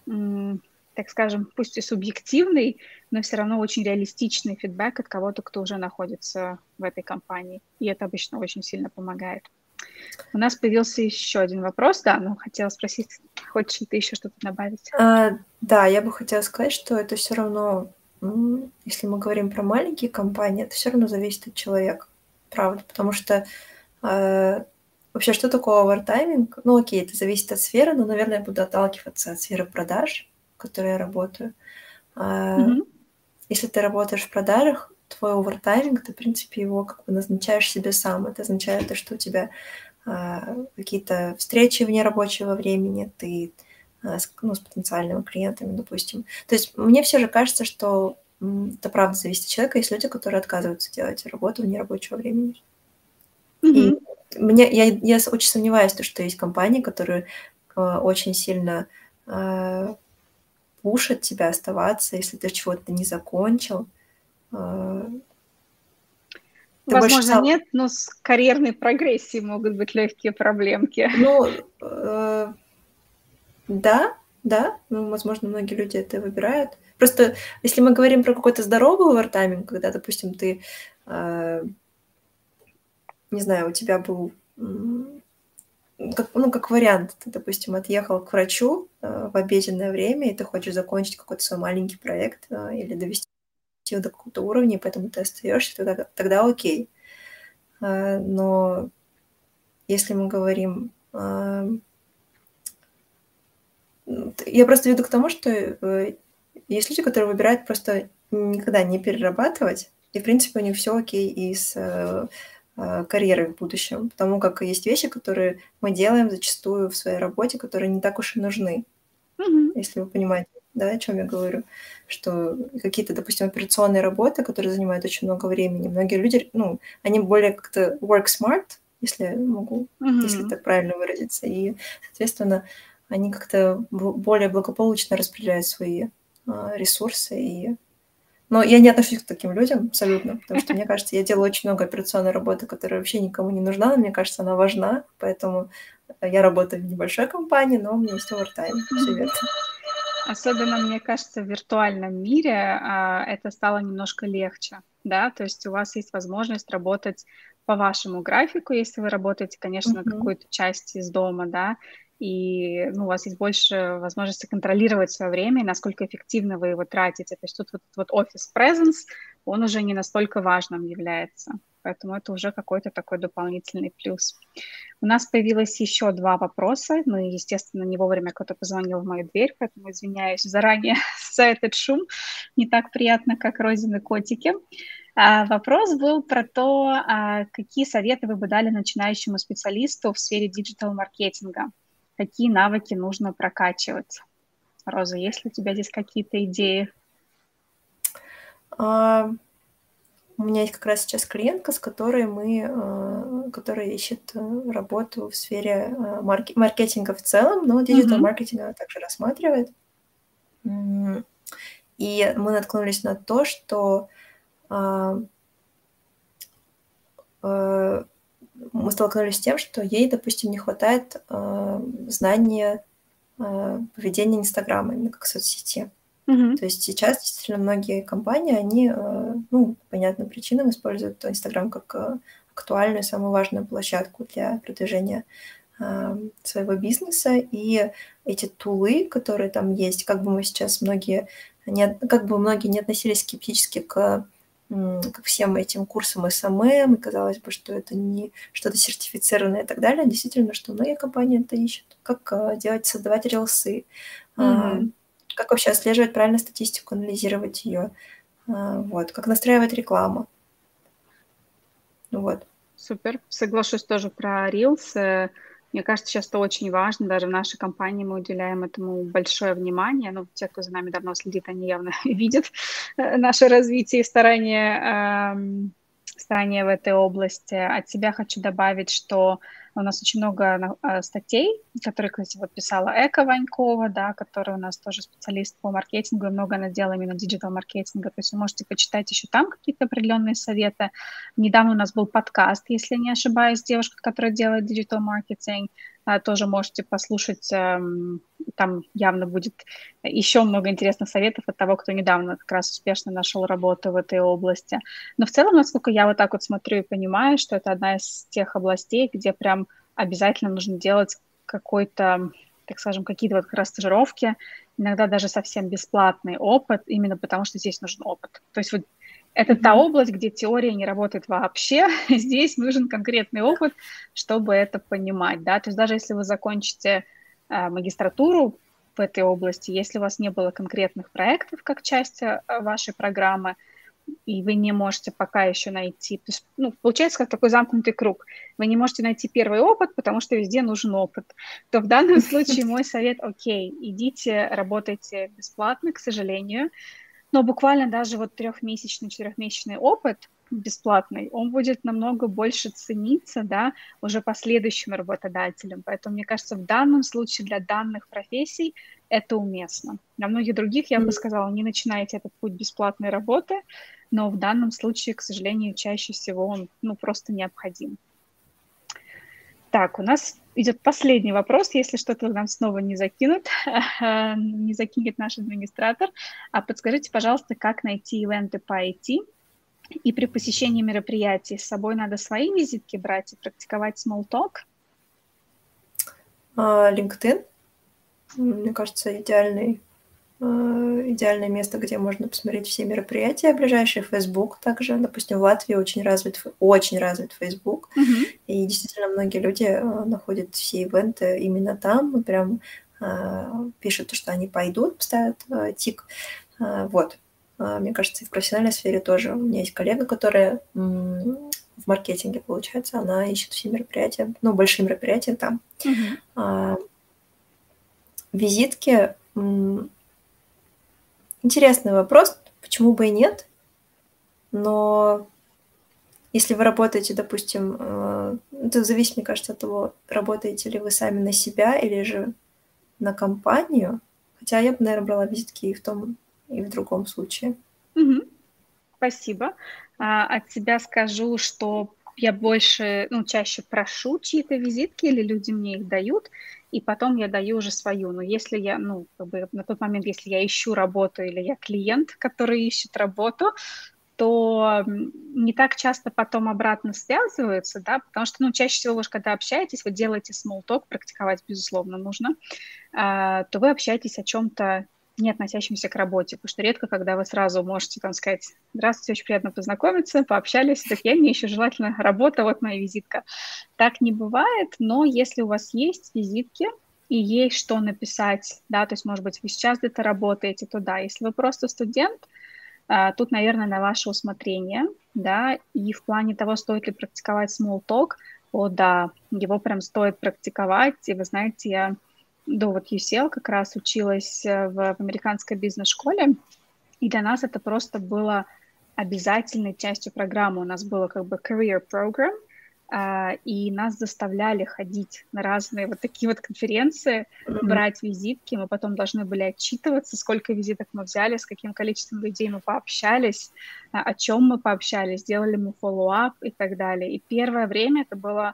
м, так скажем, пусть и субъективный, но все равно очень реалистичный фидбэк от кого-то, кто уже находится в этой компании. И это обычно очень сильно помогает. У нас появился еще один вопрос, да, но хотела спросить, хочешь ли ты еще что-то добавить? А, Да, я бы хотела сказать, что это все равно, м, если мы говорим про маленькие компании, это все равно зависит от человека. Правда, потому что э, вообще, что такое овертайминг? Ну, окей, это зависит от сферы, но, наверное, я буду отталкиваться от сферы продаж, в которой я работаю. А, Мгм. Если ты работаешь в продажах, твой овертайминг, ты, в принципе, его как бы назначаешь себе сам. Это означает то, что у тебя а, какие-то встречи вне рабочего времени, ты а, с, ну, с потенциальными клиентами, допустим. То есть мне все же кажется, что м, это правда зависит от человека. Есть люди, которые отказываются делать работу вне рабочего времени. И Мгм. мне, я, я с- очень сомневаюсь, то, что есть компании, которые а, очень сильно а, пушат тебя оставаться, если ты чего-то не закончил. А, Ты больше Возможно, сам... нет, но с карьерной прогрессией могут быть легкие проблемки. Ну, э, да, да, ну, возможно, многие люди это выбирают. Просто если мы говорим про какой-то здоровый овертайминг, когда, допустим, ты, э, не знаю, у тебя был, м, как, ну, как вариант, ты, допустим, отъехал к врачу э, в обеденное время, и ты хочешь закончить какой-то свой маленький проект э, или довести его до какого-то уровня, и поэтому ты остаешься, тогда, тогда окей. Э, но если мы говорим... э, Я просто веду к тому, что э, есть люди, которые выбирают просто никогда не перерабатывать, и, в принципе, у них все окей и с э, э, карьерой в будущем, потому как есть вещи, которые мы делаем зачастую в своей работе, которые не так уж и нужны, Мгм. если вы понимаете, да, о чем я говорю, что какие-то, допустим, операционные работы, которые занимают очень много времени, многие люди, ну, они более как-то work smart, если я могу, если Мгм. так правильно выразиться, и, соответственно, они как-то бо более благополучно распределяют свои, а, ресурсы. И но я не отношусь к таким людям абсолютно, потому что, мне кажется, я делаю очень много операционной работы, которая вообще никому не нужна, но мне кажется, она важна. Поэтому, э, я работаю в небольшой компании, но у меня есть овертайм. Всё Мгм. верно. Особенно, мне кажется, в виртуальном мире, а, это стало немножко легче, да. То есть у вас есть возможность работать по вашему графику, если вы работаете, конечно, Мгм. какую-то часть из дома, да. И, ну, у вас есть больше возможности контролировать своё время и насколько эффективно вы его тратите. То есть тут вот вот офис presence, он уже не настолько важным является, поэтому это уже какой-то такой дополнительный плюс. У нас появилось еще два вопроса. Ну и, естественно, не вовремя кто-то позвонил в мою дверь, поэтому извиняюсь заранее за этот шум. Не так приятно, как Розины котики. А, вопрос был про то, а, какие советы вы бы дали начинающему специалисту в сфере диджитал-маркетинга? Какие навыки нужно прокачивать? Роза, есть ли у тебя здесь какие-то идеи? А, у меня есть как раз сейчас клиентка, с которой мы, а, которая ищет, э, работу в сфере, а, марке маркетинга в целом, но Мгм. диджитал-маркетинг она также рассматривает. М, и мы наткнулись на то, что, а э, мы столкнулись с тем, что ей, допустим, не хватает, а, знания, а, поведения "Инстаграма" именно как соцсети. Мгм. То есть сейчас действительно многие компании, они, э, ну, по понятным причинам используют "Инстаграм" как, э, актуальную, самую важную площадку для продвижения, ам, своего бизнеса. И эти тулы, которые там есть, как бы мы сейчас многие не от как бы многие не относились скептически к, м, ко всем этим курсам эс эм эм, и казалось бы, что это не что-то сертифицированное и так далее. Действительно, что многие компании это ищут. Как, а, делать, создавать рилсы, а, Мгм. как вообще отслеживать правильно статистику, анализировать её, а, вот, как настраивать рекламу. Вот. Супер. Соглашусь тоже про рилсы. Мне кажется, щас это очень важно. Даже в нашей компании мы уделяем этому большое внимание. Ну, те, кто за нами давно следит, они явно видят, э, наше развитие и старания, ам, старания в этой области. От себя хочу добавить, что у нас очень много на а, статей, которые, кстати, вот писала Эка Ванькова, да, которая у нас тоже специалист по маркетингу, и много она делала именно диджитал-маркетинга. То есть вы можете почитать еще там какие-то определенные советы. Недавно у нас был подкаст, если я не ошибаюсь, девушка, которая делает диджитал-маркетинг. А, тоже можете послушать, ам, там явно будет еще много интересных советов от того, кто недавно как раз успешно нашел работу в этой области. Но в целом, насколько я вот так вот смотрю и понимаю, что это одна из тех областей, где прям обязательно нужно делать какой-то, так скажем, какие-то вот как раз стажировки, иногда даже совсем бесплатный опыт, именно потому что здесь нужен опыт. То есть вот это та Мгм. область, где теория не работает вообще. Здесь нужен конкретный Да. опыт, чтобы это понимать, да. То есть даже если вы закончите, а, магистратуру в этой области, если у вас не было конкретных проектов как часть, а, вашей программы, и вы не можете пока еще найти, то есть, ну, получается как такой замкнутый круг. Вы не можете найти первый опыт, потому что везде нужен опыт. То в данном случае мой совет: окей, идите, работайте бесплатно, к сожалению, но буквально даже вот трехмесячный, четырехмесячный опыт бесплатный, он будет намного больше цениться, да, уже последующим работодателем. Поэтому, мне кажется, в данном случае для данных профессий это уместно. Для многих других я бы М. сказала: не начинайте этот путь бесплатной работы, но в данном случае, к сожалению, чаще всего он, ну, просто необходим. Так, у нас идет последний вопрос, если что-то нам снова не закинут, не закинет наш администратор. А подскажите, пожалуйста, как найти ивенты по ай ти? И при посещении мероприятий с собой надо свои визитки брать и практиковать small talk? А, LinkedIn, мне кажется, идеальный, а, идеальное место, где можно посмотреть все мероприятия ближайшие. Facebook также, допустим, в Латвии очень развит ф очень развит Facebook. Мгм. И действительно многие люди, а, находят все ивенты именно там и прям, а, пишут то, что они пойдут, ставят, а, тик. А, вот. А, мне кажется, и в профессиональной сфере тоже. У меня есть коллега, которая, м, в маркетинге, получается, она ищет все мероприятия, ну, большие мероприятия там. Мгм. А Визитки, м Интересный вопрос, почему бы и нет? Но если вы работаете, допустим, а, это зависит, мне кажется, от того, работаете ли вы сами на себя или же на компанию, хотя я бы, наверное, брала визитки и в том, и в другом случае. Угу. Спасибо. А, от себя скажу, что я больше, ну, чаще прошу чьи-то визитки, или люди мне их дают, и потом я даю уже свою. Но если я, ну, как бы на тот момент, если я ищу работу или я клиент, который ищет работу, то не так часто потом обратно связываются, да, потому что, ну, чаще всего вы же, когда общаетесь, вы делаете small talk, практиковать, безусловно, нужно, а, то вы общаетесь о чем-то не относящимся к работе, потому что редко, когда вы сразу можете там сказать: здравствуйте, очень приятно познакомиться, пообщались, так я, мне еще желательно работа, вот моя визитка. Так не бывает, но если у вас есть визитки и есть что написать, да, то есть, может быть, вы сейчас где-то работаете, то да, если вы просто студент, тут, наверное, на ваше усмотрение, да, и в плане того, стоит ли практиковать small talk, о, да, его прям стоит практиковать, и вы знаете, я до вот ю си эл как раз училась в, в американской бизнес-школе, и для нас это просто было обязательной частью программы. У нас было как бы career program, Uh, и нас заставляли ходить на разные вот такие вот конференции, mm-hmm. брать визитки. Мы потом должны были отчитываться, сколько визиток мы взяли, с каким количеством людей мы пообщались, uh, о чем мы пообщались, сделали мы follow-up и так далее. И первое время это было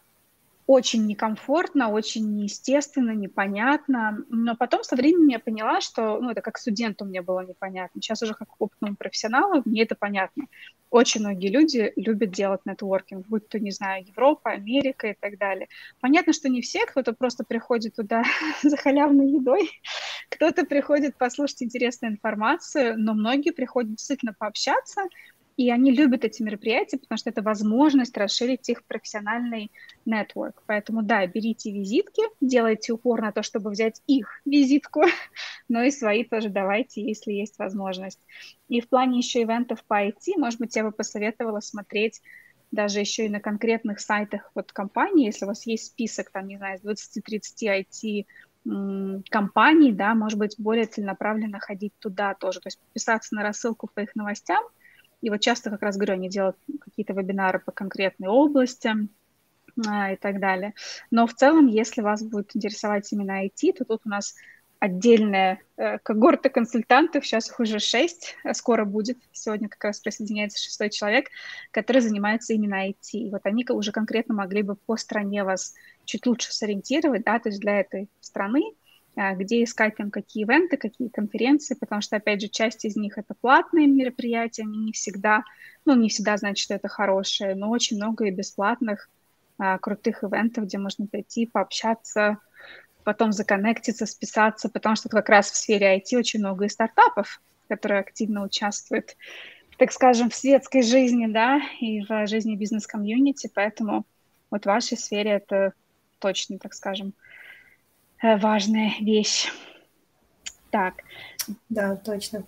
очень некомфортно, очень неестественно, непонятно. Но потом со временем я поняла, что, ну, это как студенту мне было непонятно. Сейчас уже как опытному профессионалу мне это понятно. Очень многие люди любят делать нетворкинг, будь то, не знаю, Европа, Америка и так далее. Понятно, что не все, кто-то просто приходит туда за халявной едой, кто-то приходит послушать интересную информацию, но многие приходят действительно пообщаться, и они любят эти мероприятия, потому что это возможность расширить их профессиональный нетворк. Поэтому, да, берите визитки, делайте упор на то, чтобы взять их визитку, но и свои тоже давайте, если есть возможность. И в плане еще ивентов по ай ти, может быть, я бы посоветовала смотреть даже еще и на конкретных сайтах вот компании, если у вас есть список, там, не знаю, из двадцати-тридцати ай ти компаний, да, может быть, более целенаправленно ходить туда тоже, то есть подписаться на рассылку по их новостям. И вот часто, как раз говорю, они делают какие-то вебинары по конкретной области а, и так далее. Но в целом, если вас будет интересовать именно ай ти, то тут у нас отдельная э, когорта консультантов, сейчас их уже шесть, скоро будет, сегодня как раз присоединяется шестой человек, который занимается именно ай ти. И вот они уже конкретно могли бы по стране вас чуть лучше сориентировать, да, то есть для этой страны, где искать там какие ивенты, какие конференции, потому что, опять же, часть из них это платные мероприятия, они не всегда, ну, не всегда значит, что это хорошие, но очень много и бесплатных а, крутых ивентов, где можно прийти, пообщаться, потом законнектиться, списаться, потому что как раз в сфере ай ти очень много и стартапов, которые активно участвуют, так скажем, в светской жизни, да, и в жизни бизнес-комьюнити, поэтому вот в вашей сфере это точно, так скажем, важная вещь. Так. Да, точно.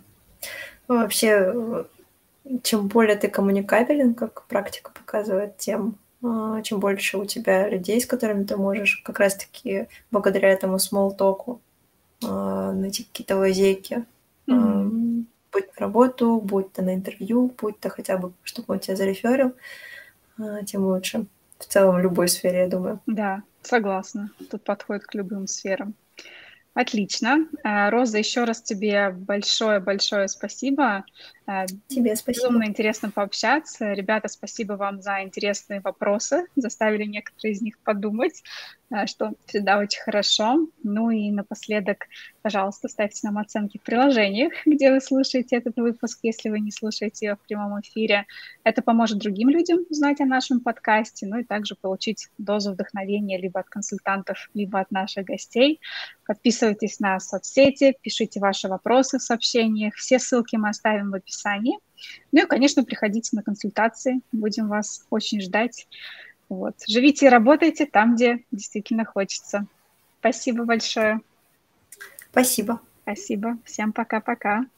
Вообще, чем более ты коммуникабелен, как практика показывает, тем чем больше у тебя людей, с которыми ты можешь как раз-таки благодаря этому смолл-току найти какие-то лазейки. Mm-hmm. Будь на работу, будь то на интервью, будь то хотя бы, чтобы он тебя зареферил, тем лучше. В целом, в любой сфере, я думаю. Да, согласна. Тут подходит к любым сферам. Отлично. Роза, еще раз тебе большое-большое спасибо. Тебе спасибо. Безумно интересно пообщаться. Ребята, спасибо вам за интересные вопросы. Заставили некоторые из них подумать, что всегда очень хорошо. Ну и напоследок, пожалуйста, ставьте нам оценки в приложениях, где вы слушаете этот выпуск, если вы не слушаете его в прямом эфире. Это поможет другим людям узнать о нашем подкасте, ну и также получить дозу вдохновения либо от консультантов, либо от наших гостей. Подписывайтесь на соцсети, пишите ваши вопросы в сообщениях. Все ссылки мы оставим в описании. Ну и, конечно, приходите на консультации. Будем вас очень ждать. Вот. Живите и работайте там, где действительно хочется. Спасибо большое. Спасибо. Спасибо. Всем пока-пока.